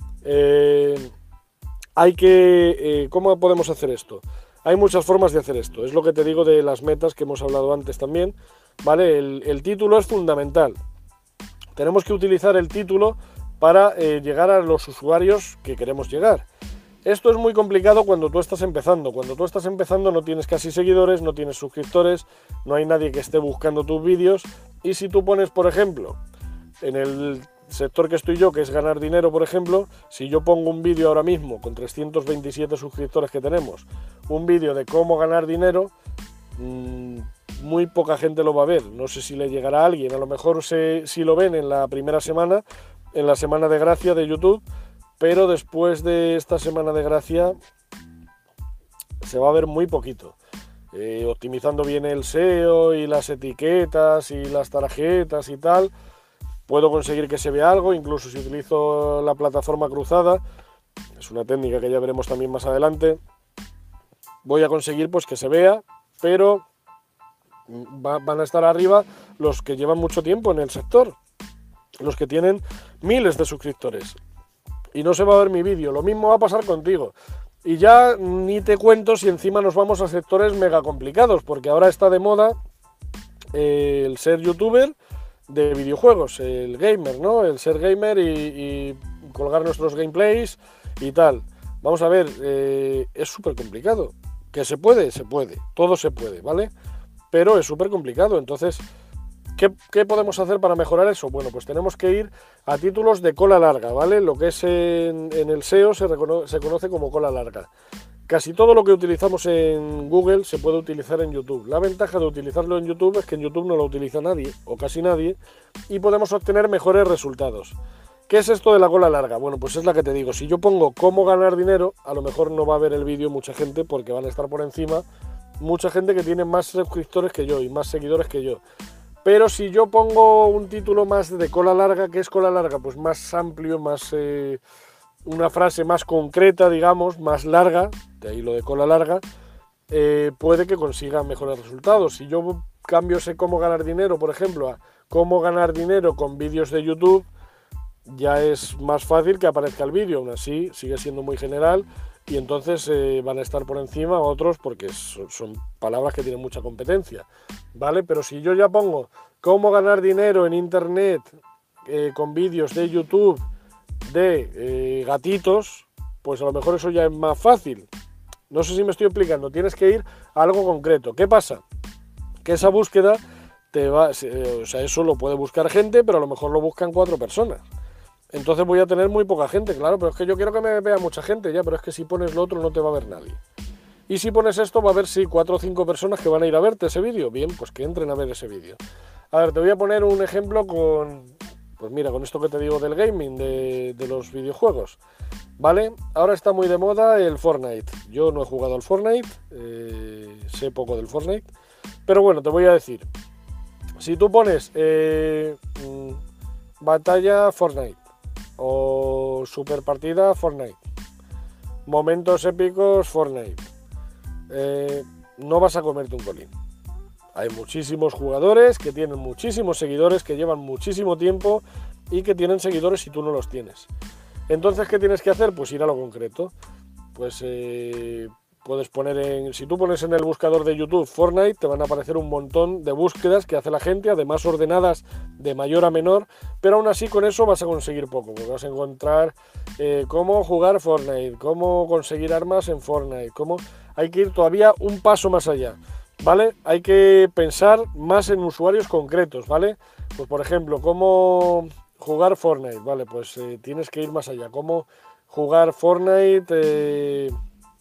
Eh, hay que, eh, ¿cómo podemos hacer esto? Hay muchas formas de hacer esto, es lo que te digo de las metas que hemos hablado antes también, ¿vale? El, el título es fundamental. Tenemos que utilizar el título para eh, llegar a los usuarios que queremos llegar. Esto es muy complicado cuando tú estás empezando. Cuando tú estás empezando no tienes casi seguidores, no tienes suscriptores, no hay nadie que esté buscando tus vídeos. Y si tú pones, por ejemplo, en el sector que estoy yo, que es ganar dinero, por ejemplo, si yo pongo un vídeo ahora mismo con trescientos veintisiete suscriptores que tenemos, un vídeo de cómo ganar dinero, mmm, muy poca gente lo va a ver. No sé si le llegará a alguien, a lo mejor se, si lo ven en la primera semana, en la semana de gracia de YouTube, pero después de esta semana de gracia se va a ver muy poquito. Eh, optimizando bien el S E O y las etiquetas y las tarjetas y tal, puedo conseguir que se vea algo, incluso si utilizo la plataforma cruzada, es una técnica que ya veremos también más adelante, voy a conseguir pues que se vea, pero va, van a estar arriba los que llevan mucho tiempo en el sector, los que tienen miles de suscriptores, y no se va a ver mi vídeo. Lo mismo va a pasar contigo. Y ya ni te cuento si encima nos vamos a sectores mega complicados, porque ahora está de moda eh, el ser youtuber de videojuegos, el gamer, ¿no? El ser gamer y, y colgar nuestros gameplays y tal. Vamos a ver, eh, es súper complicado. ¿Que se puede? Se puede. Todo se puede, ¿vale? Pero es súper complicado. Entonces, ¿qué, ¿qué podemos hacer para mejorar eso? Bueno, pues tenemos que ir a títulos de cola larga, ¿vale? Lo que es en, en el S E O se, recono se conoce como cola larga. Casi todo lo que utilizamos en Google se puede utilizar en YouTube. La ventaja de utilizarlo en YouTube es que en YouTube no lo utiliza nadie, o casi nadie, y podemos obtener mejores resultados. ¿Qué es esto de la cola larga? Bueno, pues es la que te digo. Si yo pongo cómo ganar dinero, a lo mejor no va a ver el vídeo mucha gente, porque van a estar por encima mucha gente que tiene más suscriptores que yo y más seguidores que yo. Pero si yo pongo un título más de cola larga, ¿qué es cola larga? Pues más amplio, más eh, una frase más concreta, digamos, más larga, de ahí lo de cola larga, eh, puede que consiga mejores resultados. Si yo cambio ese cómo ganar dinero, por ejemplo, a cómo ganar dinero con vídeos de YouTube, ya es más fácil que aparezca el vídeo. Aún así, sigue siendo muy general y entonces eh, van a estar por encima otros porque son, son palabras que tienen mucha competencia, ¿vale? Pero si yo ya pongo cómo ganar dinero en internet eh, con vídeos de YouTube de eh, gatitos, pues a lo mejor eso ya es más fácil. No sé si me estoy explicando, tienes que ir a algo concreto. ¿Qué pasa? Que esa búsqueda te va, eh, o sea, eso lo puede buscar gente, pero a lo mejor lo buscan cuatro personas. Entonces voy a tener muy poca gente, claro, pero es que yo quiero que me vea mucha gente, ya, pero es que si pones lo otro no te va a ver nadie. Y si pones esto va a haber, sí, cuatro o cinco personas que van a ir a verte ese vídeo. Bien, pues que entren a ver ese vídeo. A ver, te voy a poner un ejemplo con, pues mira, con esto que te digo del gaming, de, de los videojuegos, ¿vale? Ahora está muy de moda el Fortnite. Yo no he jugado al Fortnite, eh, sé poco del Fortnite, pero bueno, te voy a decir. Si tú pones eh, batalla Fortnite, o super partida Fortnite, momentos épicos Fortnite, eh, no vas a comerte un colín. Hay muchísimos jugadores que tienen muchísimos seguidores, que llevan muchísimo tiempo y que tienen seguidores y tú no los tienes. Entonces, ¿qué tienes que hacer? Pues ir a lo concreto. Pues eh, puedes poner en, si tú pones en el buscador de YouTube Fortnite, te van a aparecer un montón de búsquedas que hace la gente, además ordenadas de mayor a menor, pero aún así con eso vas a conseguir poco, porque vas a encontrar eh, cómo jugar Fortnite, cómo conseguir armas en Fortnite, cómo hay que ir todavía un paso más allá, ¿vale? Hay que pensar más en usuarios concretos, ¿vale? Pues por ejemplo, cómo jugar Fortnite, ¿vale? Pues eh, tienes que ir más allá, cómo jugar Fortnite eh,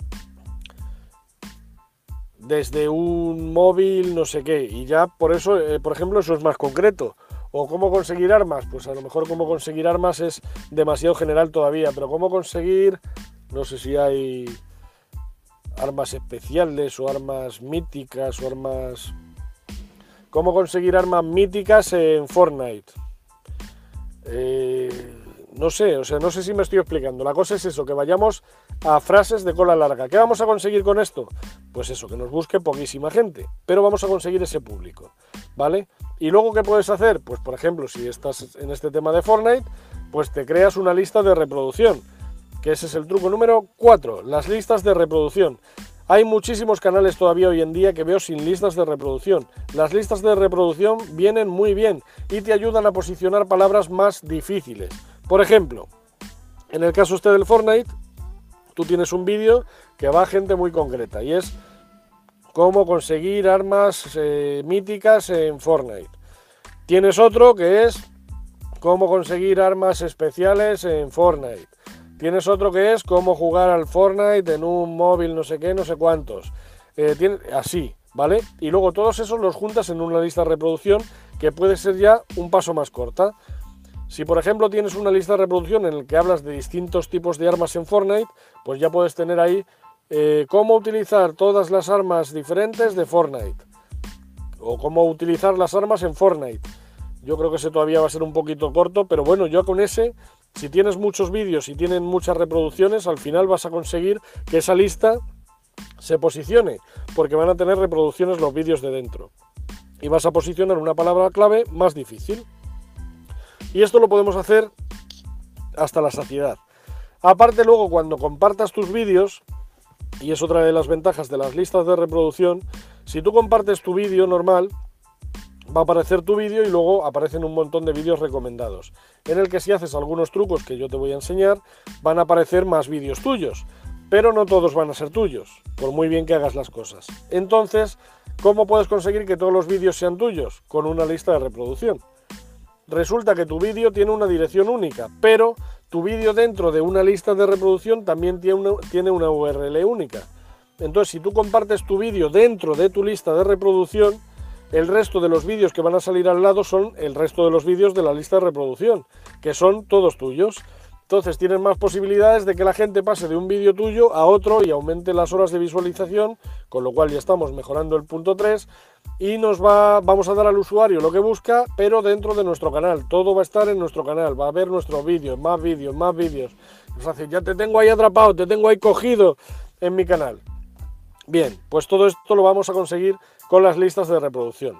desde un móvil, no sé qué, y ya por eso, eh, por ejemplo, eso es más concreto. O cómo conseguir armas, pues a lo mejor cómo conseguir armas es demasiado general todavía, pero cómo conseguir, no sé si hay armas especiales o armas míticas o armas... Cómo conseguir armas míticas en Fortnite. Eh, No sé, o sea, no sé si me estoy explicando. La cosa es eso, que vayamos a frases de cola larga. ¿Qué vamos a conseguir con esto? Pues eso, que nos busque poquísima gente, pero vamos a conseguir ese público, ¿vale? Y luego, ¿qué puedes hacer? Pues, por ejemplo, si estás en este tema de Fortnite, pues te creas una lista de reproducción, que ese es el truco número cuatro, las listas de reproducción. Hay muchísimos canales todavía hoy en día que veo sin listas de reproducción. Las listas de reproducción vienen muy bien y te ayudan a posicionar palabras más difíciles. Por ejemplo, en el caso este del Fortnite, tú tienes un vídeo que va a gente muy concreta y es cómo conseguir armas eh, míticas en Fortnite. Tienes otro que es cómo conseguir armas especiales en Fortnite. Tienes otro que es cómo jugar al Fortnite en un móvil no sé qué, no sé cuántos. Eh, tiene, así, ¿vale? Y luego todos esos los juntas en una lista de reproducción que puede ser ya un paso más corta. Si por ejemplo tienes una lista de reproducción en la que hablas de distintos tipos de armas en Fortnite, pues ya puedes tener ahí eh, cómo utilizar todas las armas diferentes de Fortnite. O cómo utilizar las armas en Fortnite. Yo creo que ese todavía va a ser un poquito corto, pero bueno, yo con ese... Si tienes muchos vídeos y tienen muchas reproducciones, al final vas a conseguir que esa lista se posicione, porque van a tener reproducciones los vídeos de dentro. Y vas a posicionar una palabra clave más difícil. Y esto lo podemos hacer hasta la saciedad. Aparte luego, cuando compartas tus vídeos, y es otra de las ventajas de las listas de reproducción, si tú compartes tu vídeo normal, va a aparecer tu vídeo y luego aparecen un montón de vídeos recomendados, en el que si haces algunos trucos que yo te voy a enseñar, van a aparecer más vídeos tuyos, pero no todos van a ser tuyos, por muy bien que hagas las cosas. Entonces, ¿cómo puedes conseguir que todos los vídeos sean tuyos? Con una lista de reproducción. Resulta que tu vídeo tiene una dirección única, pero tu vídeo dentro de una lista de reproducción también tiene una, tiene una U R L única. Entonces, si tú compartes tu vídeo dentro de tu lista de reproducción, el resto de los vídeos que van a salir al lado son el resto de los vídeos de la lista de reproducción, que son todos tuyos. Entonces tienes más posibilidades de que la gente pase de un vídeo tuyo a otro y aumente las horas de visualización, con lo cual ya estamos mejorando el punto tres y nos va, vamos a dar al usuario lo que busca, pero dentro de nuestro canal. Todo va a estar en nuestro canal, va a ver nuestros vídeos, más vídeos, más vídeos. O sea, ya te tengo ahí atrapado, te tengo ahí cogido en mi canal. Bien, pues todo esto lo vamos a conseguir con las listas de reproducción.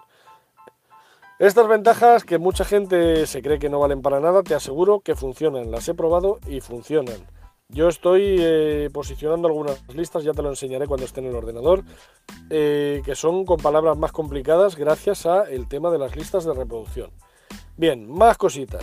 Estas ventajas que mucha gente se cree que no valen para nada, te aseguro que funcionan, las he probado y funcionan. Yo estoy eh, posicionando algunas listas, ya te lo enseñaré cuando esté en el ordenador, eh, que son con palabras más complicadas gracias al tema de las listas de reproducción. Bien, más cositas.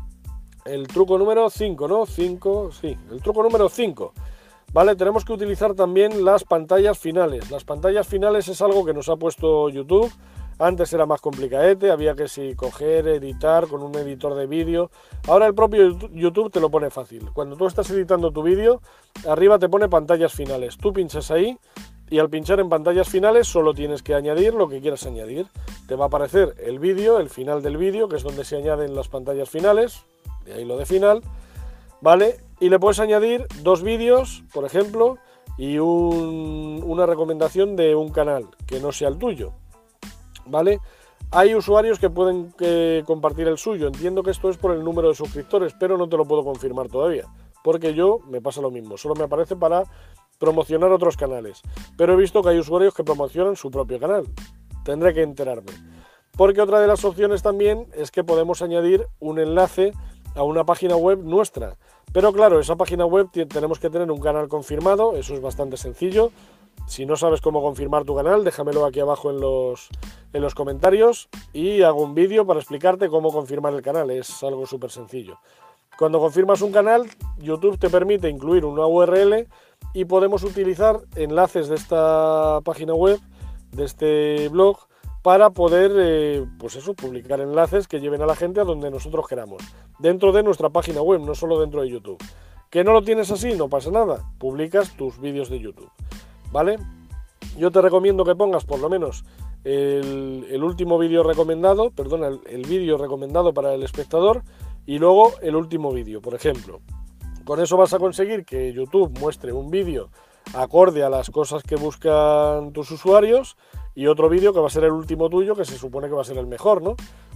El truco número cinco, ¿no? cinco, sí, el truco número cinco. Vale, tenemos que utilizar también las pantallas finales. Las pantallas finales es algo que nos ha puesto YouTube. Antes era más complicadete, había que si coger, editar con un editor de vídeo. Ahora el propio YouTube te lo pone fácil. Cuando tú estás editando tu vídeo, arriba te pone pantallas finales. Tú pinchas ahí y al pinchar en pantallas finales solo tienes que añadir lo que quieras añadir. Te va a aparecer el vídeo, el final del vídeo, que es donde se añaden las pantallas finales. De ahí lo de final. ¿Vale? Y le puedes añadir dos vídeos, por ejemplo, y un, una recomendación de un canal que no sea el tuyo. ¿Vale? Hay usuarios que pueden eh, compartir el suyo. Entiendo que esto es por el número de suscriptores, pero no te lo puedo confirmar todavía, porque yo me pasa lo mismo, solo me aparece para promocionar otros canales. Pero he visto que hay usuarios que promocionan su propio canal. Tendré que enterarme. Porque otra de las opciones también es que podemos añadir un enlace a una página web nuestra. Pero claro, esa página web tenemos que tener un canal confirmado, eso es bastante sencillo. Si no sabes cómo confirmar tu canal, déjamelo aquí abajo en los, en los comentarios y hago un vídeo para explicarte cómo confirmar el canal, es algo súper sencillo. Cuando confirmas un canal, YouTube te permite incluir una U R L y podemos utilizar enlaces de esta página web, de este blog, para poder, eh, pues eso, publicar enlaces que lleven a la gente a donde nosotros queramos, dentro de nuestra página web, no solo dentro de YouTube. ¿Que no lo tienes así? No pasa nada, publicas tus vídeos de YouTube, ¿vale? Yo te recomiendo que pongas por lo menos el, el último vídeo recomendado, perdona, el, el vídeo recomendado para el espectador y luego el último vídeo, por ejemplo. Con eso vas a conseguir que YouTube muestre un vídeo acorde a las cosas que buscan tus usuarios y otro vídeo que va a ser el último tuyo, que se supone que va a ser el mejor, ¿no?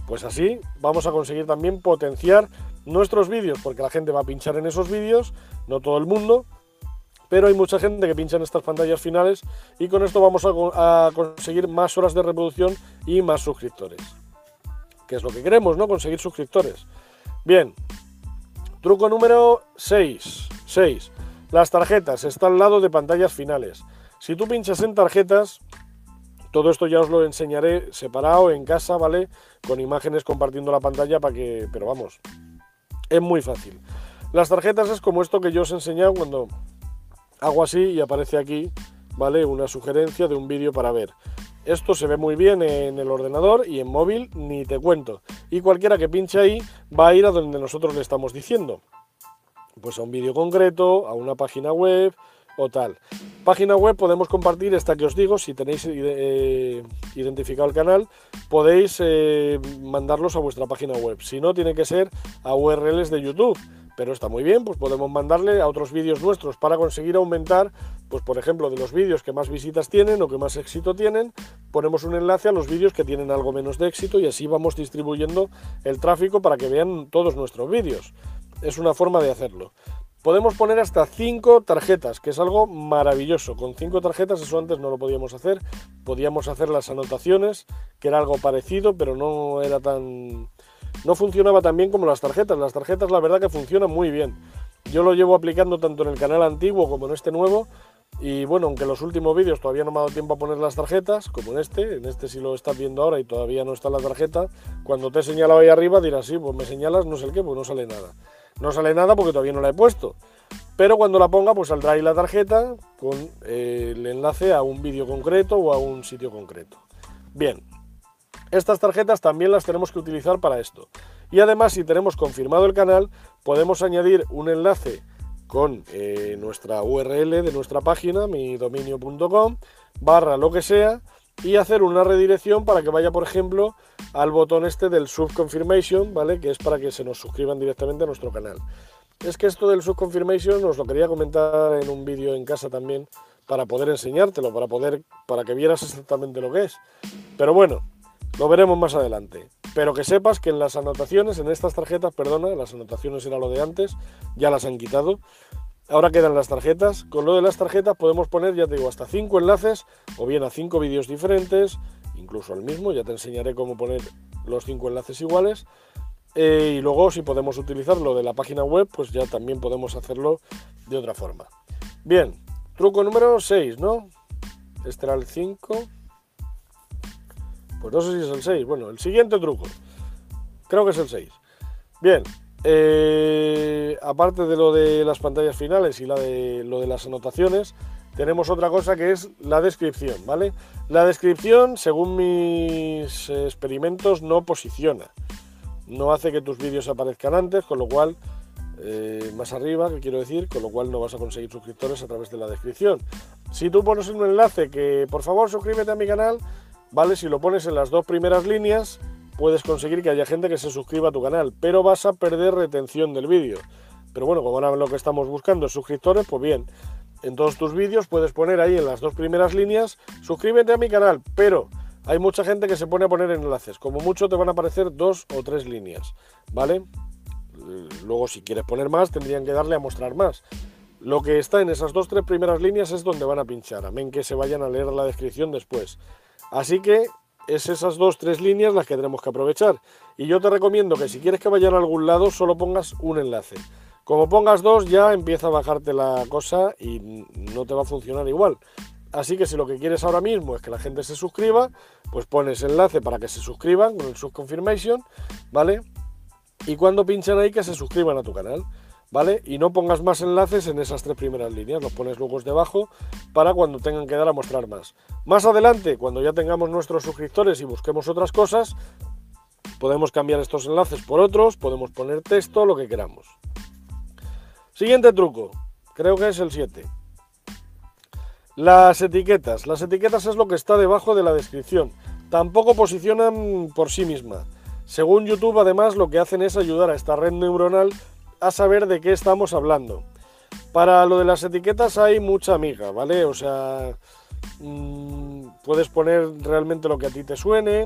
Pues así vamos a conseguir también potenciar nuestros vídeos, porque la gente va a pinchar en esos vídeos, no todo el mundo, pero hay mucha gente que pincha en estas pantallas finales y con esto vamos a, a conseguir más horas de reproducción y más suscriptores. Que es lo que queremos, ¿no? Conseguir suscriptores. Bien, truco número seis. seis. Las tarjetas están al lado de pantallas finales. Si tú pinchas en tarjetas, todo esto ya os lo enseñaré separado en casa, ¿vale? Con imágenes compartiendo la pantalla para que... Pero vamos, es muy fácil. Las tarjetas es como esto que yo os he enseñado cuando hago así y aparece aquí, ¿vale? Una sugerencia de un vídeo para ver. Esto se ve muy bien en el ordenador y en móvil ni te cuento. Y cualquiera que pinche ahí va a ir a donde nosotros le estamos diciendo. Pues a un vídeo concreto, a una página web o tal. Página web podemos compartir esta que os digo, si tenéis eh, identificado el canal, podéis eh, mandarlos a vuestra página web. Si no, tiene que ser a U R Ls de YouTube. Pero está muy bien, pues podemos mandarle a otros vídeos nuestros para conseguir aumentar, pues por ejemplo, de los vídeos que más visitas tienen o que más éxito tienen, ponemos un enlace a los vídeos que tienen algo menos de éxito y así vamos distribuyendo el tráfico para que vean todos nuestros vídeos. Es una forma de hacerlo. Podemos poner hasta cinco tarjetas, que es algo maravilloso. Con cinco tarjetas, eso antes no lo podíamos hacer. Podíamos hacer las anotaciones, que era algo parecido, pero no era tan... No funcionaba tan bien como las tarjetas. Las tarjetas la verdad que funcionan muy bien. Yo lo llevo aplicando tanto en el canal antiguo como en este nuevo. Y bueno, aunque en los últimos vídeos todavía no me ha dado tiempo a poner las tarjetas, como en este, en este si lo estás viendo ahora y todavía no está la tarjeta, cuando te he señalado ahí arriba dirás, sí, pues me señalas no sé el qué, pues no sale nada. No sale nada porque todavía no la he puesto. Pero cuando la ponga, pues saldrá ahí la tarjeta con eh, el enlace a un vídeo concreto o a un sitio concreto. Bien. Estas tarjetas también las tenemos que utilizar para esto. Y además, si tenemos confirmado el canal, podemos añadir un enlace con eh, nuestra U R L de nuestra página, midominio punto com, barra lo que sea, y hacer una redirección para que vaya, por ejemplo, al botón este del Subconfirmation, ¿vale? Que es para que se nos suscriban directamente a nuestro canal. Es que esto del Subconfirmation os lo quería comentar en un vídeo en casa también, para poder enseñártelo, para, poder, para que vieras exactamente lo que es. Pero bueno, lo veremos más adelante, pero que sepas que en las anotaciones, en estas tarjetas, perdona, las anotaciones era lo de antes, ya las han quitado, ahora quedan las tarjetas. Con lo de las tarjetas podemos poner, ya te digo, hasta cinco enlaces, o bien a cinco vídeos diferentes, incluso al mismo, ya te enseñaré cómo poner los cinco enlaces iguales, eh, y luego si podemos utilizar lo de la página web, pues ya también podemos hacerlo de otra forma. Bien, truco número seis, ¿no? Este era el cinco... Pues no sé si es el seis. Bueno, el siguiente truco. Creo que es el seis. Bien. Eh, aparte de lo de las pantallas finales y la de, lo de las anotaciones, tenemos otra cosa que es la descripción, ¿vale? La descripción, según mis experimentos, no posiciona. No hace que tus vídeos aparezcan antes, con lo cual... Eh, más arriba, que quiero decir, con lo cual no vas a conseguir suscriptores a través de la descripción. Si tú pones un enlace que, por favor, suscríbete a mi canal... Vale, si lo pones en las dos primeras líneas, puedes conseguir que haya gente que se suscriba a tu canal, pero vas a perder retención del vídeo. Pero bueno, como ahora lo que estamos buscando es suscriptores, pues bien, en todos tus vídeos puedes poner ahí en las dos primeras líneas, suscríbete a mi canal, pero hay mucha gente que se pone a poner enlaces, como mucho te van a aparecer dos o tres líneas, ¿vale? Luego si quieres poner más, tendrían que darle a mostrar más. Lo que está en esas dos o tres primeras líneas es donde van a pinchar, amén que se vayan a leer la descripción después. Así que es esas dos o tres líneas las que tenemos que aprovechar. Y yo te recomiendo que si quieres que vayan a algún lado, solo pongas un enlace. Como pongas dos, ya empieza a bajarte la cosa y no te va a funcionar igual. Así que si lo que quieres ahora mismo es que la gente se suscriba, pues pones enlace para que se suscriban con el Subconfirmation, ¿vale? Y cuando pinchan ahí, que se suscriban a tu canal, ¿vale? Y no pongas más enlaces en esas tres primeras líneas, los pones luego debajo para cuando tengan que dar a mostrar más. Más adelante, cuando ya tengamos nuestros suscriptores y busquemos otras cosas, podemos cambiar estos enlaces por otros, podemos poner texto, lo que queramos. Siguiente truco, creo que es el siete. Las etiquetas. Las etiquetas es lo que está debajo de la descripción. Tampoco posicionan por sí misma. Según YouTube, además, lo que hacen es ayudar a esta red neuronal a saber de qué estamos hablando. Para lo de las etiquetas hay mucha amiga, ¿vale? O sea, mmm, puedes poner realmente lo que a ti te suene,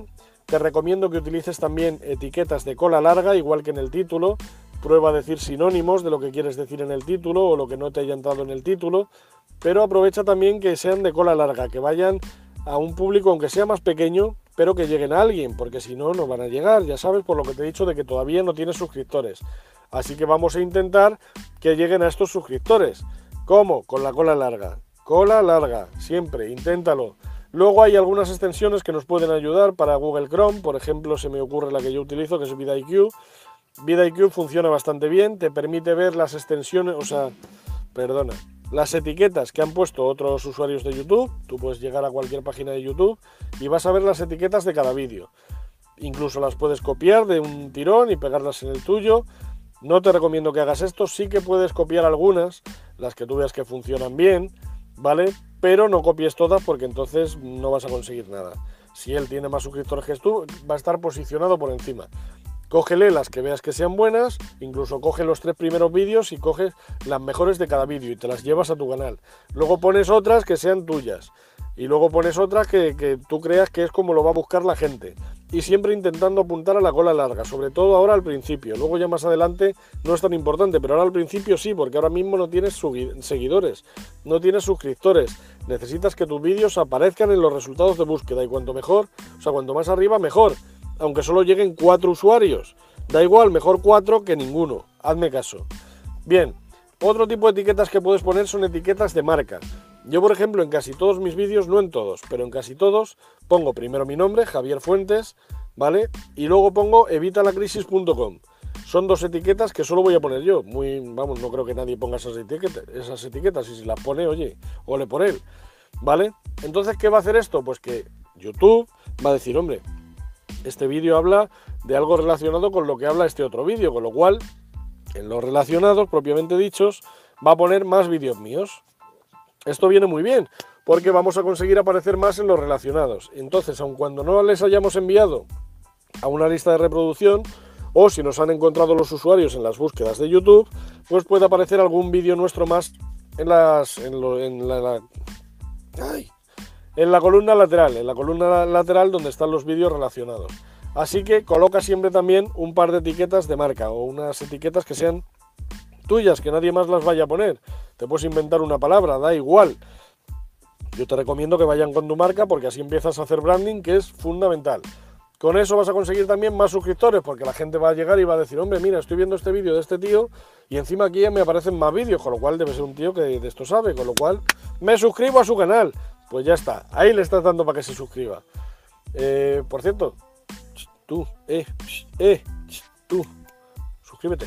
Te recomiendo que utilices también etiquetas de cola larga, igual que en el título. Prueba a decir sinónimos de lo que quieres decir en el título o lo que no te haya entrado en el título, pero aprovecha también que sean de cola larga, que vayan a un público aunque sea más pequeño, pero que lleguen a alguien, porque si no, no van a llegar, ya sabes, por lo que te he dicho de que todavía no tienes suscriptores. Así que vamos a intentar que lleguen a estos suscriptores. ¿Cómo? Con la cola larga. Cola larga, siempre, inténtalo. Luego hay algunas extensiones que nos pueden ayudar para Google Chrome, por ejemplo, se me ocurre la que yo utilizo, que es vidIQ. vidIQ funciona bastante bien, te permite ver las extensiones, o sea, perdona, las etiquetas que han puesto otros usuarios de YouTube. Tú puedes llegar a cualquier página de YouTube y vas a ver las etiquetas de cada vídeo. Incluso las puedes copiar de un tirón y pegarlas en el tuyo. No te recomiendo que hagas esto, sí que puedes copiar algunas, las que tú veas que funcionan bien, ¿vale? Pero no copies todas porque entonces no vas a conseguir nada. Si él tiene más suscriptores que tú, va a estar posicionado por encima. Cógele las que veas que sean buenas, incluso coge los tres primeros vídeos y coges las mejores de cada vídeo y te las llevas a tu canal. Luego pones otras que sean tuyas y luego pones otras que, que tú creas que es como lo va a buscar la gente. Y siempre intentando apuntar a la cola larga, sobre todo ahora al principio. Luego ya más adelante no es tan importante, pero ahora al principio sí, porque ahora mismo no tienes seguidores, no tienes suscriptores. Necesitas que tus vídeos aparezcan en los resultados de búsqueda y cuanto mejor, o sea, cuanto más arriba mejor. Aunque solo lleguen cuatro usuarios. Da igual, mejor cuatro que ninguno. Hazme caso. Bien, otro tipo de etiquetas que puedes poner son etiquetas de marca. Yo, por ejemplo, en casi todos mis vídeos, no en todos, pero en casi todos, pongo primero mi nombre, Javier Fuentes, ¿vale? Y luego pongo evitalacrisis punto com. Son dos etiquetas que solo voy a poner yo. Muy, vamos, no creo que nadie ponga esas etiquetas, esas etiquetas y si las pone, oye, ole por él, ¿vale? Entonces, ¿qué va a hacer esto? Pues que YouTube va a decir, hombre, este vídeo habla de algo relacionado con lo que habla este otro vídeo, con lo cual, en los relacionados, propiamente dichos, va a poner más vídeos míos. Esto viene muy bien, porque vamos a conseguir aparecer más en los relacionados. Entonces, aun cuando no les hayamos enviado a una lista de reproducción, o si nos han encontrado los usuarios en las búsquedas de YouTube, pues puede aparecer algún vídeo nuestro más en las... en, lo, en la... la ¡ay! En la columna lateral, en la columna lateral donde están los vídeos relacionados. Así que coloca siempre también un par de etiquetas de marca o unas etiquetas que sean tuyas, que nadie más las vaya a poner. Te puedes inventar una palabra, da igual. Yo te recomiendo que vayan con tu marca porque así empiezas a hacer branding, que es fundamental. Con eso vas a conseguir también más suscriptores porque la gente va a llegar y va a decir, hombre, mira, estoy viendo este vídeo de este tío y encima aquí ya me aparecen más vídeos, con lo cual debe ser un tío que de esto sabe, con lo cual me suscribo a su canal. Pues ya está, ahí le estás dando para que se suscriba. Eh, por cierto, tú, eh, eh, tú, suscríbete.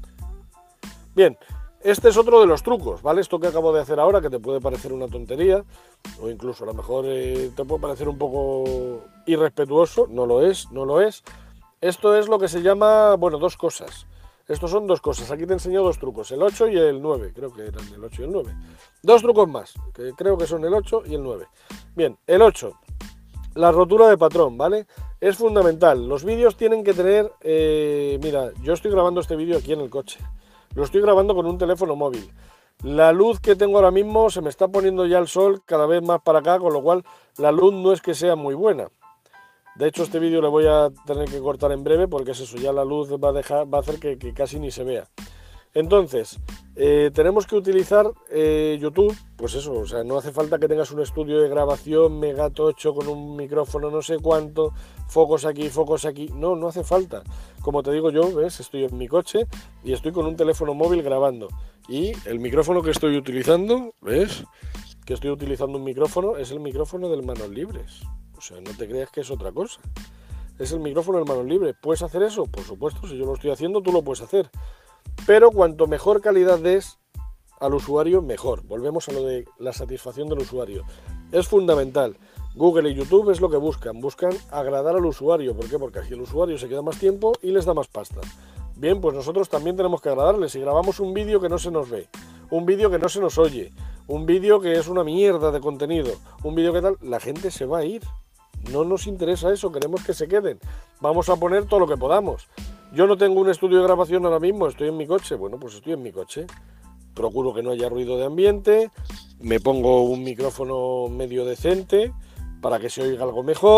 Bien, este es otro de los trucos, ¿vale? Esto que acabo de hacer ahora, que te puede parecer una tontería, o incluso a lo mejor eh, te puede parecer un poco irrespetuoso, no lo es, no lo es. Esto es lo que se llama, bueno, dos cosas. Estos son dos cosas, aquí te enseño dos trucos, el ocho y el nueve, creo que eran el ocho y el nueve. Dos trucos más, que creo que son el ocho y el nueve. Bien, el ocho, la rotura de patrón, ¿vale? Es fundamental, los vídeos tienen que tener, eh, mira, yo estoy grabando este vídeo aquí en el coche, lo estoy grabando con un teléfono móvil. La luz que tengo ahora mismo se me está poniendo ya el sol cada vez más para acá, con lo cual la luz no es que sea muy buena. De hecho, este vídeo le voy a tener que cortar en breve porque es eso, ya la luz va a, dejar, va a hacer que, que casi ni se vea. Entonces, eh, tenemos que utilizar eh, YouTube, pues eso, o sea, no hace falta que tengas un estudio de grabación mega tocho con un micrófono no sé cuánto, focos aquí, focos aquí, no, no hace falta. Como te digo yo, ¿ves? Estoy en mi coche y estoy con un teléfono móvil grabando. Y el micrófono que estoy utilizando, ¿ves? Que estoy utilizando un micrófono, es el micrófono del Manos Libres. O sea, no te creas que es otra cosa. Es el micrófono del Manos Libres. ¿Puedes hacer eso? Por supuesto, si yo lo estoy haciendo, tú lo puedes hacer. Pero cuanto mejor calidad des al usuario, mejor. Volvemos a lo de la satisfacción del usuario. Es fundamental. Google y YouTube es lo que buscan. Buscan agradar al usuario. ¿Por qué? Porque así el usuario se queda más tiempo y les da más pasta. Bien, pues nosotros también tenemos que agradarles. Si grabamos un vídeo que no se nos ve, un vídeo que no se nos oye, un vídeo que es una mierda de contenido, un vídeo que tal, la gente se va a ir. No nos interesa eso, queremos que se queden. Vamos a poner todo lo que podamos. Yo no tengo un estudio de grabación ahora mismo, estoy en mi coche. Bueno, pues estoy en mi coche. Procuro que no haya ruido de ambiente, me pongo un micrófono medio decente para que se oiga algo mejor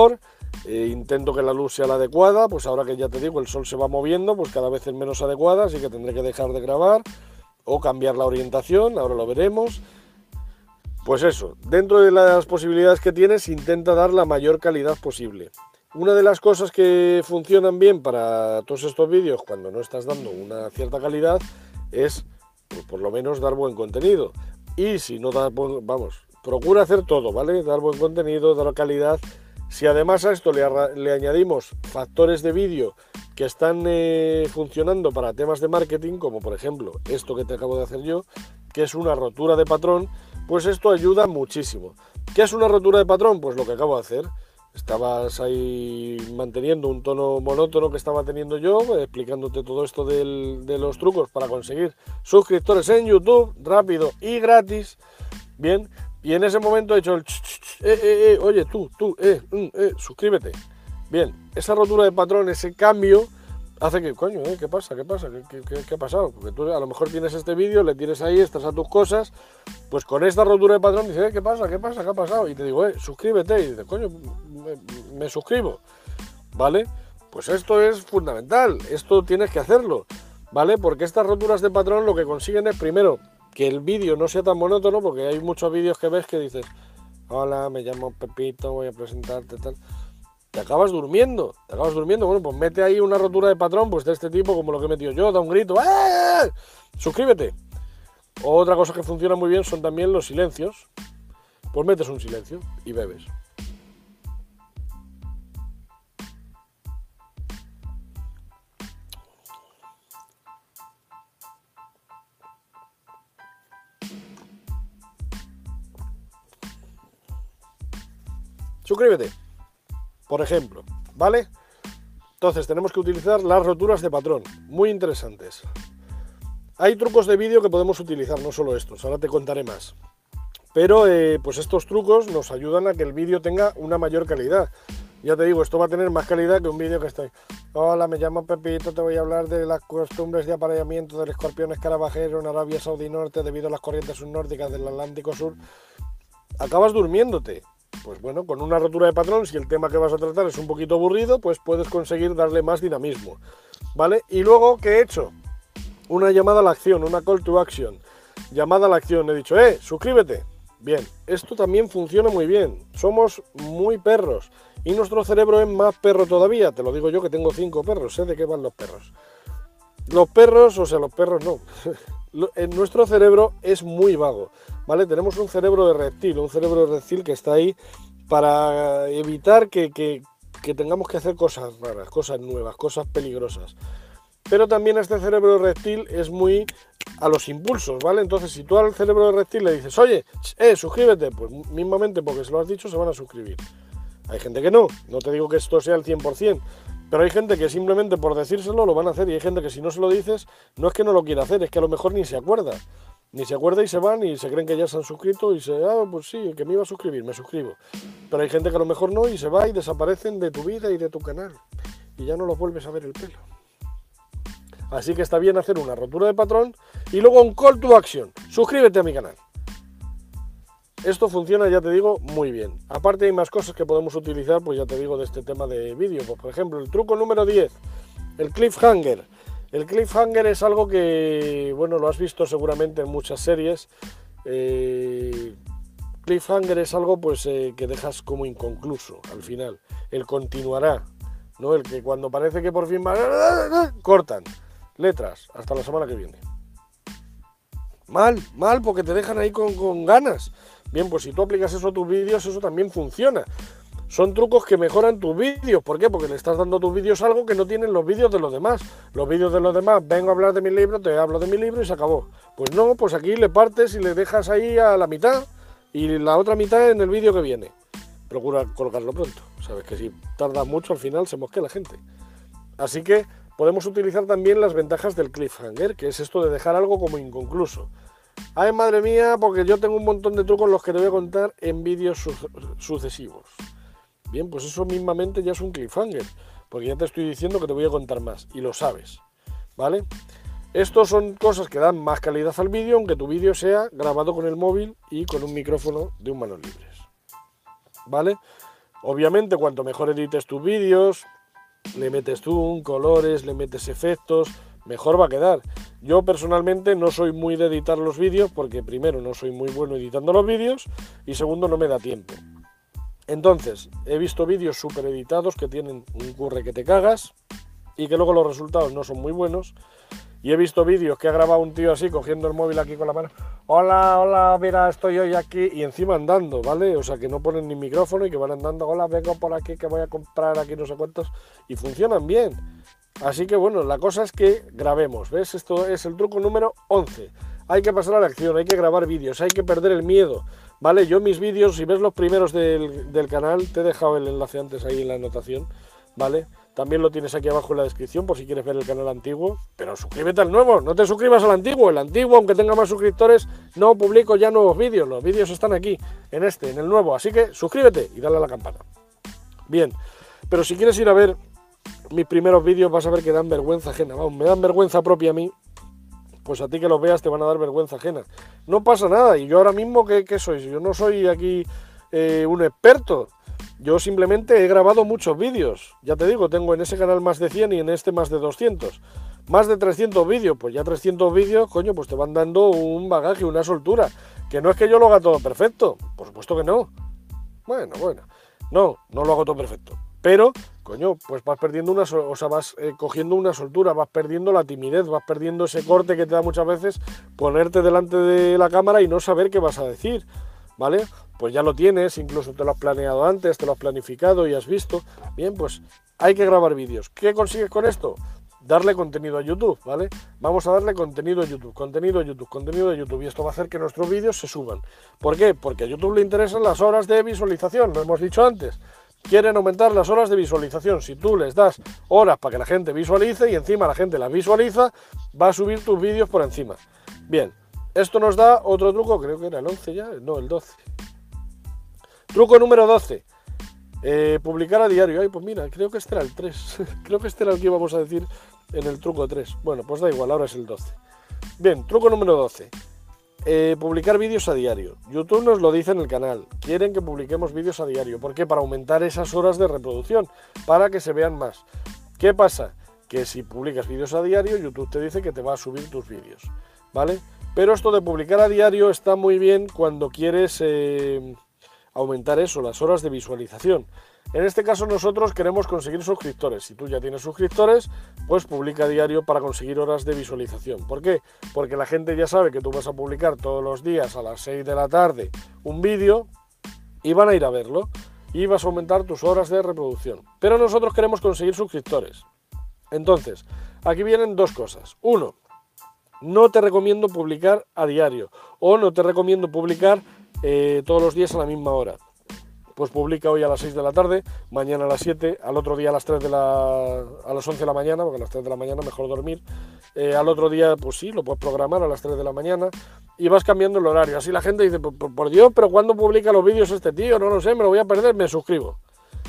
eh, intento que la luz sea la adecuada, pues ahora que ya te digo, el sol se va moviendo, pues cada vez es menos adecuada, así que tendré que dejar de grabar o cambiar la orientación, ahora lo veremos. Pues eso, dentro de las posibilidades que tienes, intenta dar la mayor calidad posible. Una de las cosas que funcionan bien para todos estos vídeos cuando no estás dando una cierta calidad es, pues, por lo menos, dar buen contenido. Y si no das, vamos, procura hacer todo, ¿vale? Dar buen contenido, dar calidad. Si además a esto le, le añadimos factores de vídeo que están eh, funcionando para temas de marketing, como por ejemplo esto que te acabo de hacer yo, que es una rotura de patrón, pues esto ayuda muchísimo. ¿Qué es una rotura de patrón? Pues lo que acabo de hacer. Estabas ahí manteniendo un tono monótono que estaba teniendo yo, explicándote todo esto del, de los trucos para conseguir suscriptores en YouTube, rápido y gratis. Bien, y en ese momento he hecho el... Ch, ch, ch, eh, eh, eh, oye, tú, tú, eh, mm, eh, suscríbete. Bien, esa rotura de patrón, ese cambio, hace que, coño, eh, ¿qué pasa? ¿Qué pasa? ¿Qué, qué, qué ha pasado? Porque tú a lo mejor tienes este vídeo, le tienes ahí, estás a tus cosas, pues con esta rotura de patrón dices, eh, ¿qué pasa? ¿Qué pasa? ¿Qué ha pasado? Y te digo, eh, suscríbete. Y dices, coño, me, me suscribo, ¿vale? Pues esto es fundamental, esto tienes que hacerlo, ¿vale? Porque estas roturas de patrón lo que consiguen es, primero, que el vídeo no sea tan monótono, porque hay muchos vídeos que ves que dices, hola, me llamo Pepito, voy a presentarte, tal... Te acabas durmiendo, te acabas durmiendo. Bueno, pues mete ahí una rotura de patrón, pues de este tipo, como lo que he metido yo, da un grito, ¡eh! Suscríbete. Otra cosa que funciona muy bien son también los silencios. Pues metes un silencio y bebes. Suscríbete, por ejemplo, ¿vale? Entonces tenemos que utilizar las roturas de patrón, muy interesantes. Hay trucos de vídeo que podemos utilizar, no solo estos, ahora te contaré más. Pero eh, pues estos trucos nos ayudan a que el vídeo tenga una mayor calidad. Ya te digo, esto va a tener más calidad que un vídeo que estoy... Hola, me llamo Pepito, te voy a hablar de las costumbres de apareamiento del escorpión escarabajero en Arabia Saudí Norte debido a las corrientes subnórdicas del Atlántico Sur. Acabas durmiéndote. Pues bueno, con una rotura de patrón, si el tema que vas a tratar es un poquito aburrido, pues puedes conseguir darle más dinamismo, ¿vale? Y luego, ¿qué he hecho? Una llamada a la acción, una call to action. Llamada a la acción, he dicho, ¡eh, suscríbete! Bien, esto también funciona muy bien. Somos muy perros y nuestro cerebro es más perro todavía. Te lo digo yo que tengo cinco perros, sé de qué van los perros. Los perros, o sea, los perros no. En nuestro cerebro es muy vago, ¿vale? Tenemos un cerebro de reptil, un cerebro de reptil que está ahí para evitar que, que, que tengamos que hacer cosas raras, cosas nuevas, cosas peligrosas. Pero también este cerebro de reptil es muy a los impulsos, ¿vale? Entonces, si tú al cerebro de reptil le dices, oye, eh, suscríbete, pues mismamente porque se lo has dicho se van a suscribir. Hay gente que no, no te digo que esto sea el cien por cien, pero hay gente que simplemente por decírselo lo van a hacer y hay gente que si no se lo dices, no es que no lo quiera hacer, es que a lo mejor ni se acuerda. Ni se acuerda y se van y se creen que ya se han suscrito y se, ah, pues sí, que me iba a suscribir, me suscribo. Pero hay gente que a lo mejor no y se va y desaparecen de tu vida y de tu canal. Y ya no los vuelves a ver el pelo. Así que está bien hacer una rotura de patrón y luego un call to action. Suscríbete a mi canal. Esto funciona, ya te digo, muy bien. Aparte hay más cosas que podemos utilizar, pues ya te digo, de este tema de vídeo. Pues, por ejemplo, el truco número diez, el cliffhanger. El cliffhanger es algo que, bueno, lo has visto seguramente en muchas series. Eh, cliffhanger es algo pues eh, que dejas como inconcluso al final. El continuará, ¿no? El que cuando parece que por fin va... cortan. Letras, hasta la semana que viene. Mal, mal, porque te dejan ahí con, con ganas. Bien, pues si tú aplicas eso a tus vídeos, eso también funciona. Son trucos que mejoran tus vídeos. ¿Por qué? Porque le estás dando a tus vídeos algo que no tienen los vídeos de los demás. Los vídeos de los demás, vengo a hablar de mi libro, te hablo de mi libro y se acabó. Pues no, pues aquí le partes y le dejas ahí a la mitad y la otra mitad en el vídeo que viene. Procura colgarlo pronto. Sabes que si tardas mucho al final se mosquea la gente. Así que podemos utilizar también las ventajas del cliffhanger, que es esto de dejar algo como inconcluso. Ay, madre mía, porque yo tengo un montón de trucos los que te voy a contar en vídeos su sucesivos. Bien, pues eso mismamente ya es un cliffhanger, porque ya te estoy diciendo que te voy a contar más, y lo sabes, ¿vale? Estos son cosas que dan más calidad al vídeo, aunque tu vídeo sea grabado con el móvil y con un micrófono de un manos libres, ¿vale? Obviamente, cuanto mejor edites tus vídeos, le metes zoom, colores, le metes efectos, mejor va a quedar. Yo personalmente no soy muy de editar los vídeos porque primero no soy muy bueno editando los vídeos y segundo no me da tiempo. Entonces, he visto vídeos súper editados que tienen un curre que te cagas y que luego los resultados no son muy buenos. Y he visto vídeos que ha grabado un tío así, cogiendo el móvil aquí con la mano. Hola, hola, mira, estoy hoy aquí. Y encima andando, ¿vale? O sea, que no ponen ni micrófono y que van andando. Hola, vengo por aquí, que voy a comprar aquí no sé cuántos. Y funcionan bien. Así que bueno, la cosa es que grabemos, ¿ves? Esto es el truco número once. Hay que pasar a la acción, hay que grabar vídeos, hay que perder el miedo, ¿vale? Yo mis vídeos, si ves los primeros del, del canal, te he dejado el enlace antes ahí en la anotación, ¿vale? También lo tienes aquí abajo en la descripción por si quieres ver el canal antiguo, pero suscríbete al nuevo, no te suscribas al antiguo. El antiguo, aunque tenga más suscriptores, no publico ya nuevos vídeos, los vídeos están aquí, en este, en el nuevo, así que suscríbete y dale a la campana. Bien, pero si quieres ir a ver mis primeros vídeos vas a ver que dan vergüenza ajena, vamos, me dan vergüenza propia a mí, pues a ti que los veas te van a dar vergüenza ajena. No pasa nada, y yo ahora mismo, ¿qué, qué soy? Yo no soy aquí eh, un experto. Yo simplemente he grabado muchos vídeos, ya te digo, tengo en ese canal más de cien y en este más de doscientos. Más de trescientos vídeos, pues ya trescientos vídeos, coño, pues te van dando un bagaje, una soltura. Que no es que yo lo haga todo perfecto, por supuesto que no. Bueno, bueno, no, no lo hago todo perfecto. Pero, coño, pues vas perdiendo una, o sea, vas eh, cogiendo una soltura, vas perdiendo la timidez, vas perdiendo ese corte que te da muchas veces ponerte delante de la cámara y no saber qué vas a decir. ¿Vale? Pues ya lo tienes, incluso te lo has planeado antes, te lo has planificado y has visto. Bien, pues hay que grabar vídeos. ¿Qué consigues con esto? Darle contenido a YouTube, ¿vale? Vamos a darle contenido a YouTube, contenido a YouTube, contenido a YouTube. Y esto va a hacer que nuestros vídeos se suban. ¿Por qué? Porque a YouTube le interesan las horas de visualización, lo hemos dicho antes. Quieren aumentar las horas de visualización. Si tú les das horas para que la gente visualice y encima la gente las visualiza, va a subir tus vídeos por encima. Bien. Esto nos da otro truco, creo que era el once ya, no, el doce. Truco número doce. Eh, publicar a diario. Ay, pues mira, creo que este era el tres. Creo que este era el que íbamos a decir en el truco tres. Bueno, pues da igual, ahora es el doce. Bien, truco número doce. Eh, publicar vídeos a diario. YouTube nos lo dice en el canal. Quieren que publiquemos vídeos a diario. ¿Por qué? Para aumentar esas horas de reproducción, para que se vean más. ¿Qué pasa? Que si publicas vídeos a diario, YouTube te dice que te va a subir tus vídeos, ¿vale? Pero esto de publicar a diario está muy bien cuando quieres eh, aumentar eso, las horas de visualización. En este caso nosotros queremos conseguir suscriptores. Si tú ya tienes suscriptores, pues publica a diario para conseguir horas de visualización. ¿Por qué? Porque la gente ya sabe que tú vas a publicar todos los días a las seis de la tarde un vídeo y van a ir a verlo y vas a aumentar tus horas de reproducción. Pero nosotros queremos conseguir suscriptores. Entonces, aquí vienen dos cosas. Uno, no te recomiendo publicar a diario o no te recomiendo publicar eh, todos los días a la misma hora. Pues publica hoy a las seis de la tarde, mañana a las siete, al otro día a las tres de la, a las once de la mañana, porque a las tres de la mañana mejor dormir. Eh, al otro día, pues sí, lo puedes programar a las tres de la mañana y vas cambiando el horario. Así la gente dice, por, por, por Dios, pero ¿cuándo publica los vídeos este tío? No lo sé, me lo voy a perder, me suscribo.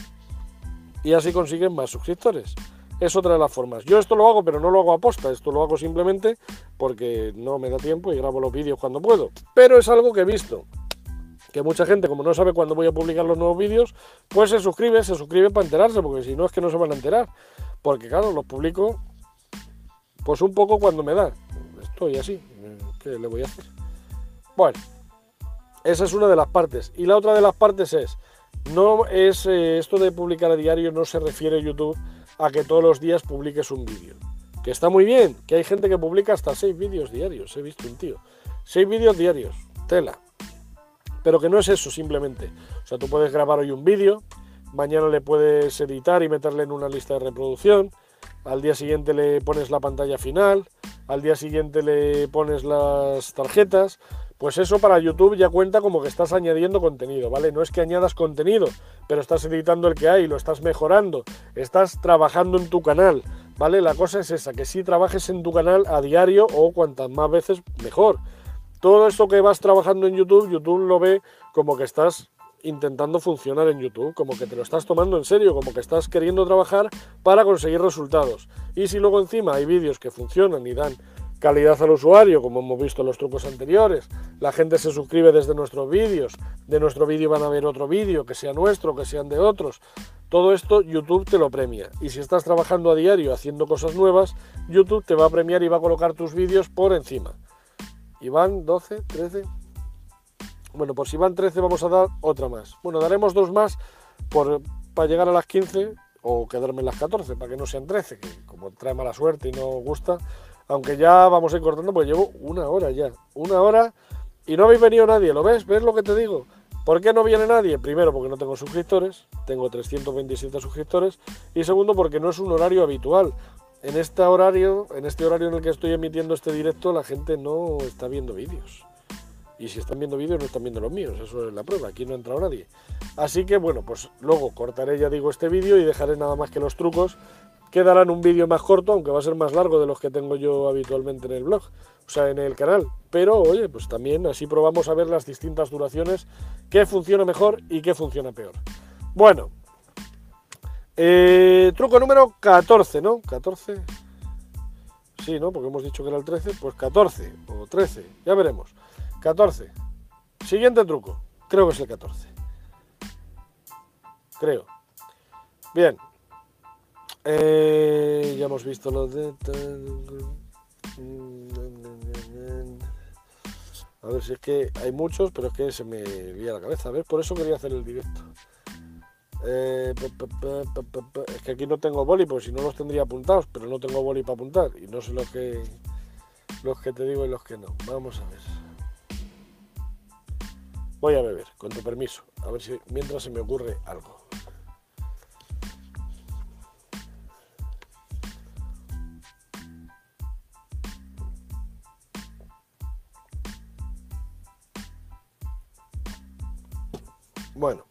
Y así consiguen más suscriptores. Es otra de las formas. Yo esto lo hago, pero no lo hago a posta. Esto lo hago simplemente porque no me da tiempo y grabo los vídeos cuando puedo. Pero es algo que he visto. Que mucha gente, como no sabe cuándo voy a publicar los nuevos vídeos, pues se suscribe, se suscribe para enterarse, porque si no es que no se van a enterar. Porque claro, los publico pues un poco cuando me da. Estoy así. ¿Qué le voy a hacer? Bueno, esa es una de las partes. Y la otra de las partes es, no es eh, esto de publicar a diario, no se refiere YouTube a que todos los días publiques un vídeo. Que está muy bien, que hay gente que publica hasta seis vídeos diarios. He visto un tío. Seis vídeos diarios. Tela. Pero que no es eso simplemente. O sea, tú puedes grabar hoy un vídeo, mañana le puedes editar y meterle en una lista de reproducción, al día siguiente le pones la pantalla final, al día siguiente le pones las tarjetas. Pues eso para YouTube ya cuenta como que estás añadiendo contenido, ¿vale? No es que añadas contenido, pero estás editando el que hay, lo estás mejorando, estás trabajando en tu canal, ¿vale? La cosa es esa, que sí trabajes en tu canal a diario o cuantas más veces mejor. Todo esto que vas trabajando en YouTube, YouTube lo ve como que estás intentando funcionar en YouTube, como que te lo estás tomando en serio, como que estás queriendo trabajar para conseguir resultados. Y si luego encima hay vídeos que funcionan y dan calidad al usuario, como hemos visto en los trucos anteriores. La gente se suscribe desde nuestros vídeos, de nuestro vídeo van a ver otro vídeo, que sea nuestro, que sean de otros. Todo esto YouTube te lo premia. Y si estás trabajando a diario haciendo cosas nuevas, YouTube te va a premiar y va a colocar tus vídeos por encima. Y van doce, trece... Bueno, pues si van trece vamos a dar otra más. Bueno, daremos dos más por, para llegar a las quince o quedarme en las catorce, para que no sean trece, que como trae mala suerte y no gusta, aunque ya vamos a ir cortando, pues llevo una hora ya, una hora y no habéis venido nadie, ¿lo ves? ¿Ves lo que te digo? ¿Por qué no viene nadie? Primero, porque no tengo suscriptores, tengo trescientos veintisiete suscriptores, y segundo, porque no es un horario habitual. En este horario, en este horario en el que estoy emitiendo este directo, la gente no está viendo vídeos. Y si están viendo vídeos, no están viendo los míos, eso es la prueba, aquí no ha entrado nadie. Así que bueno, pues luego cortaré, ya digo, este vídeo y dejaré nada más que los trucos. Quedarán un vídeo más corto, aunque va a ser más largo de los que tengo yo habitualmente en el blog, o sea, en el canal. Pero oye, pues también así probamos a ver las distintas duraciones, qué funciona mejor y qué funciona peor. Bueno, eh, truco número catorce, ¿no? catorce... Sí, ¿no? Porque hemos dicho que era el trece, pues catorce o trece, ya veremos. catorce. Siguiente truco. Creo que es el catorce. Creo. Bien. Eh, ya hemos visto los de... A ver si es que hay muchos, pero es que se me lía la cabeza. A ver, por eso quería hacer el directo. Eh, es que aquí no tengo boli, porque si no los tendría apuntados, pero no tengo boli para apuntar. Y no sé los que, los que te digo y los que no. Vamos a ver. Voy a beber, con tu permiso, a ver si mientras se me ocurre algo. Bueno,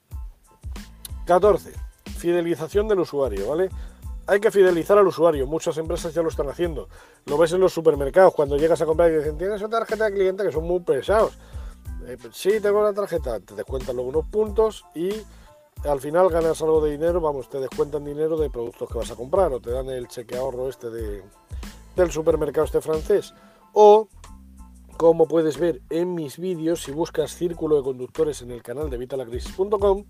catorce. Fidelización del usuario, ¿vale? Hay que fidelizar al usuario, muchas empresas ya lo están haciendo. Lo ves en los supermercados, cuando llegas a comprar y dicen, tienes una tarjeta de cliente, que son muy pesados. Eh, sí, tengo la tarjeta, te descuentan luego unos puntos y al final ganas algo de dinero, vamos, te descuentan dinero de productos que vas a comprar o te dan el cheque ahorro este de, del supermercado este francés. O, como puedes ver en mis vídeos, si buscas Círculo de Conductores en el canal de evita la crisis punto com,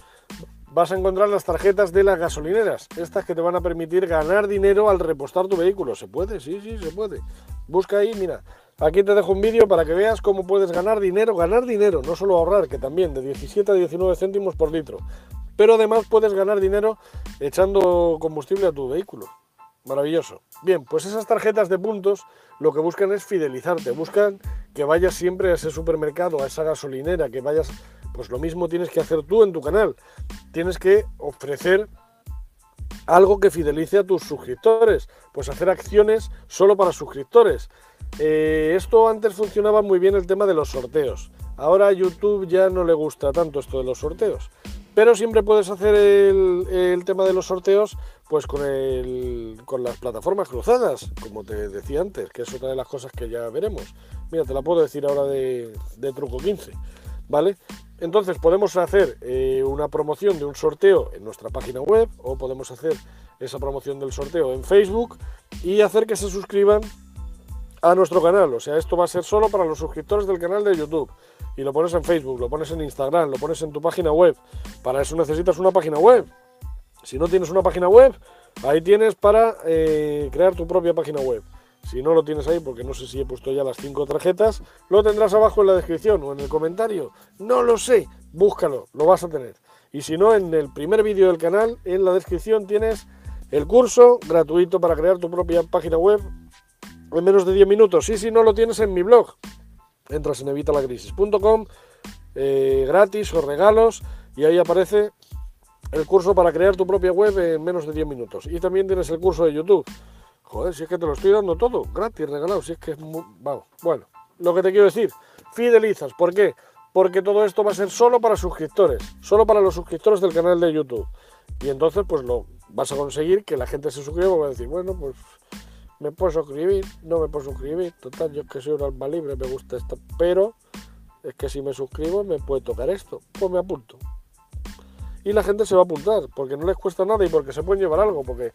vas a encontrar las tarjetas de las gasolineras, estas que te van a permitir ganar dinero al repostar tu vehículo. ¿Se puede? Sí, sí, se puede. Busca ahí, mira. Aquí te dejo un vídeo para que veas cómo puedes ganar dinero, ganar dinero, no solo ahorrar, que también de diecisiete a diecinueve céntimos por litro, pero además puedes ganar dinero echando combustible a tu vehículo. Maravilloso. Bien, pues esas tarjetas de puntos lo que buscan es fidelizarte, buscan que vayas siempre a ese supermercado, a esa gasolinera, que vayas, pues lo mismo tienes que hacer tú en tu canal, tienes que ofrecer algo que fidelice a tus suscriptores, pues hacer acciones solo para suscriptores. Eh, esto antes funcionaba muy bien el tema de los sorteos, ahora a YouTube ya no le gusta tanto esto de los sorteos, pero siempre puedes hacer el, el tema de los sorteos pues con, el, con las plataformas cruzadas, como te decía antes, que es otra de las cosas que ya veremos. Mira, te la puedo decir ahora de, de truco quince, ¿vale? Entonces podemos hacer eh, una promoción de un sorteo en nuestra página web, o podemos hacer esa promoción del sorteo en Facebook y hacer que se suscriban a nuestro canal. O sea, esto va a ser solo para los suscriptores del canal de YouTube. Y lo pones en Facebook, lo pones en Instagram, lo pones en tu página web. Para eso necesitas una página web. Si no tienes una página web, ahí tienes para eh, crear tu propia página web. Si no lo tienes ahí, porque no sé si he puesto ya las cinco tarjetas, lo tendrás abajo en la descripción o en el comentario. No lo sé, búscalo, lo vas a tener. Y si no, en el primer vídeo del canal, en la descripción tienes el curso gratuito para crear tu propia página web en menos de diez minutos. Y si no, lo tienes en mi blog. Entras en evita la crisis punto com, eh, gratis o regalos, y ahí aparece el curso para crear tu propia web en menos de diez minutos. Y también tienes el curso de YouTube. Joder, si es que te lo estoy dando todo, gratis, regalado, si es que es muy... Vamos, bueno, lo que te quiero decir, fidelizas. ¿Por qué? Porque todo esto va a ser solo para suscriptores, solo para los suscriptores del canal de YouTube. Y entonces, pues lo vas a conseguir que la gente se suscriba y va a decir, bueno, pues me puedo suscribir, no me puedo suscribir, total, yo es que soy un alma libre, me gusta esto, pero es que si me suscribo me puede tocar esto, pues me apunto. Y la gente se va a apuntar, porque no les cuesta nada y porque se pueden llevar algo, porque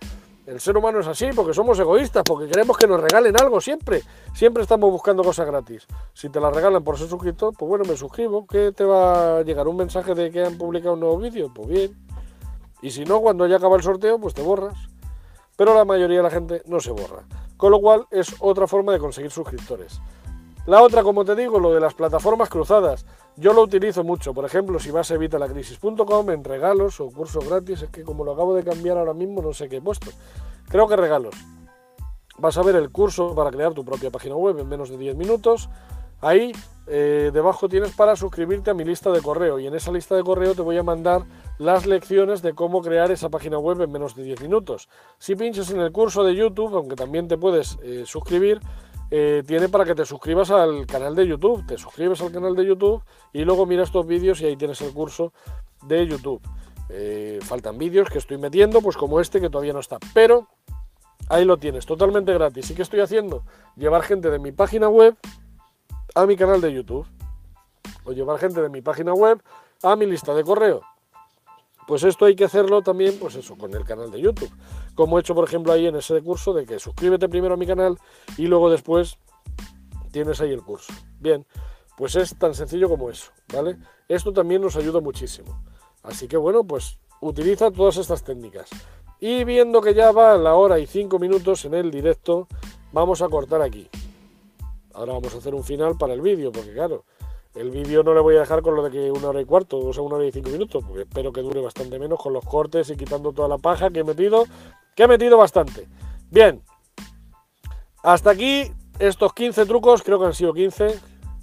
El ser humano es así porque somos egoístas, porque queremos que nos regalen algo siempre. Siempre estamos buscando cosas gratis. Si te las regalan por ser suscriptor, pues bueno, me suscribo. ¿Qué te va a llegar? ¿Un mensaje de que han publicado un nuevo vídeo? Pues bien. Y si no, cuando ya acaba el sorteo, pues te borras. Pero la mayoría de la gente no se borra. Con lo cual es otra forma de conseguir suscriptores. La otra, como te digo, lo de las plataformas cruzadas. Yo lo utilizo mucho. Por ejemplo, si vas a evitalacrisis punto com en regalos o cursos gratis, es que como lo acabo de cambiar ahora mismo, no sé qué he puesto. Creo que regalos. Vas a ver el curso para crear tu propia página web en menos de diez minutos. Ahí eh, debajo tienes para suscribirte a mi lista de correo. Y en esa lista de correo te voy a mandar las lecciones de cómo crear esa página web en menos de diez minutos. Si pinchas en el curso de YouTube, aunque también te puedes eh, suscribir, Eh, tiene para que te suscribas al canal de YouTube. Te suscribes al canal de YouTube y luego miras estos vídeos y ahí tienes el curso de YouTube. Eh, faltan vídeos que estoy metiendo, pues como este que todavía no está, pero ahí lo tienes, totalmente gratis. ¿Y qué estoy haciendo? Llevar gente de mi página web a mi canal de YouTube, o llevar gente de mi página web a mi lista de correo. Pues esto hay que hacerlo también, pues eso, con el canal de YouTube. Como he hecho, por ejemplo, ahí en ese curso de que suscríbete primero a mi canal y luego después tienes ahí el curso. Bien, pues es tan sencillo como eso, ¿vale? Esto también nos ayuda muchísimo. Así que bueno, pues utiliza todas estas técnicas. Y viendo que ya va la hora y cinco minutos en el directo, vamos a cortar aquí. Ahora vamos a hacer un final para el vídeo, porque claro, el vídeo no le voy a dejar con lo de que una hora y cuarto, o sea, una hora y cinco minutos, porque espero que dure bastante menos con los cortes y quitando toda la paja que he metido, que he metido bastante. Bien, hasta aquí estos quince trucos, creo que han sido quince.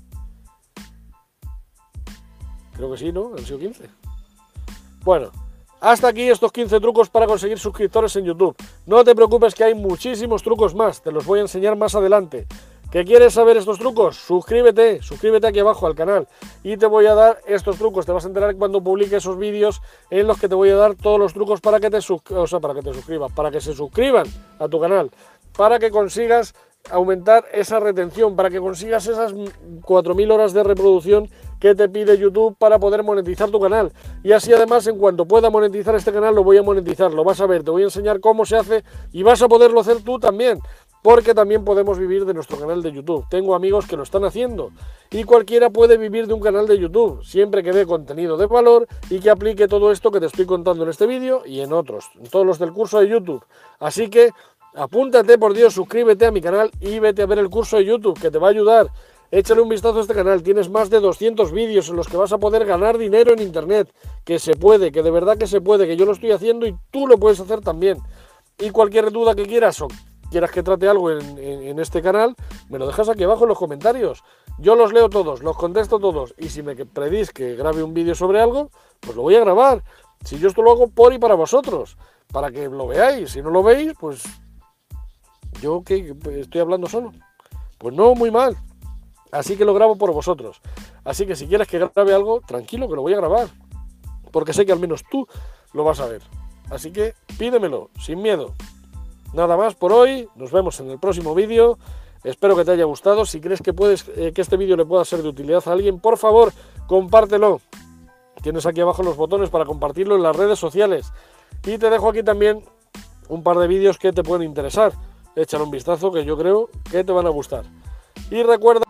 Creo que sí, ¿no? Han sido quince. Bueno, hasta aquí estos quince trucos para conseguir suscriptores en YouTube. No te preocupes que hay muchísimos trucos más, te los voy a enseñar más adelante. ¿Qué quieres saber estos trucos? Suscríbete, suscríbete aquí abajo al canal y te voy a dar estos trucos. Te vas a enterar cuando publique esos vídeos en los que te voy a dar todos los trucos para que te, o sea, para que te suscribas, para que se suscriban a tu canal, para que consigas aumentar esa retención, para que consigas esas cuatro mil horas de reproducción que te pide YouTube para poder monetizar tu canal. Y así además, en cuanto pueda monetizar este canal, lo voy a monetizar, lo vas a ver, te voy a enseñar cómo se hace y vas a poderlo hacer tú también. Porque también podemos vivir de nuestro canal de YouTube. Tengo amigos que lo están haciendo. Y cualquiera puede vivir de un canal de YouTube, siempre que dé contenido de valor y que aplique todo esto que te estoy contando en este vídeo y en otros, en todos los del curso de YouTube. Así que apúntate, por Dios, suscríbete a mi canal y vete a ver el curso de YouTube, que te va a ayudar. Échale un vistazo a este canal, tienes más de doscientos vídeos en los que vas a poder ganar dinero en internet. Que se puede, que de verdad que se puede, que yo lo estoy haciendo y tú lo puedes hacer también. Y cualquier duda que quieras o quieras que trate algo en, en, en este canal, me lo dejas aquí abajo en los comentarios. Yo los leo todos, los contesto todos. Y si me pedís que grabe un vídeo sobre algo, pues lo voy a grabar. Si yo esto lo hago por y para vosotros, para que lo veáis. Si no lo veis, pues yo que estoy hablando solo. Pues no, muy mal. Así que lo grabo por vosotros. Así que si quieres que grabe algo, tranquilo, que lo voy a grabar. Porque sé que al menos tú lo vas a ver. Así que pídemelo, sin miedo. Nada más por hoy, nos vemos en el próximo vídeo. Espero que te haya gustado. Si crees que, puedes, eh, que este vídeo le pueda ser de utilidad a alguien, por favor, compártelo. Tienes aquí abajo los botones para compartirlo en las redes sociales. Y te dejo aquí también un par de vídeos que te pueden interesar. Échale un vistazo que yo creo que te van a gustar. Y recuerda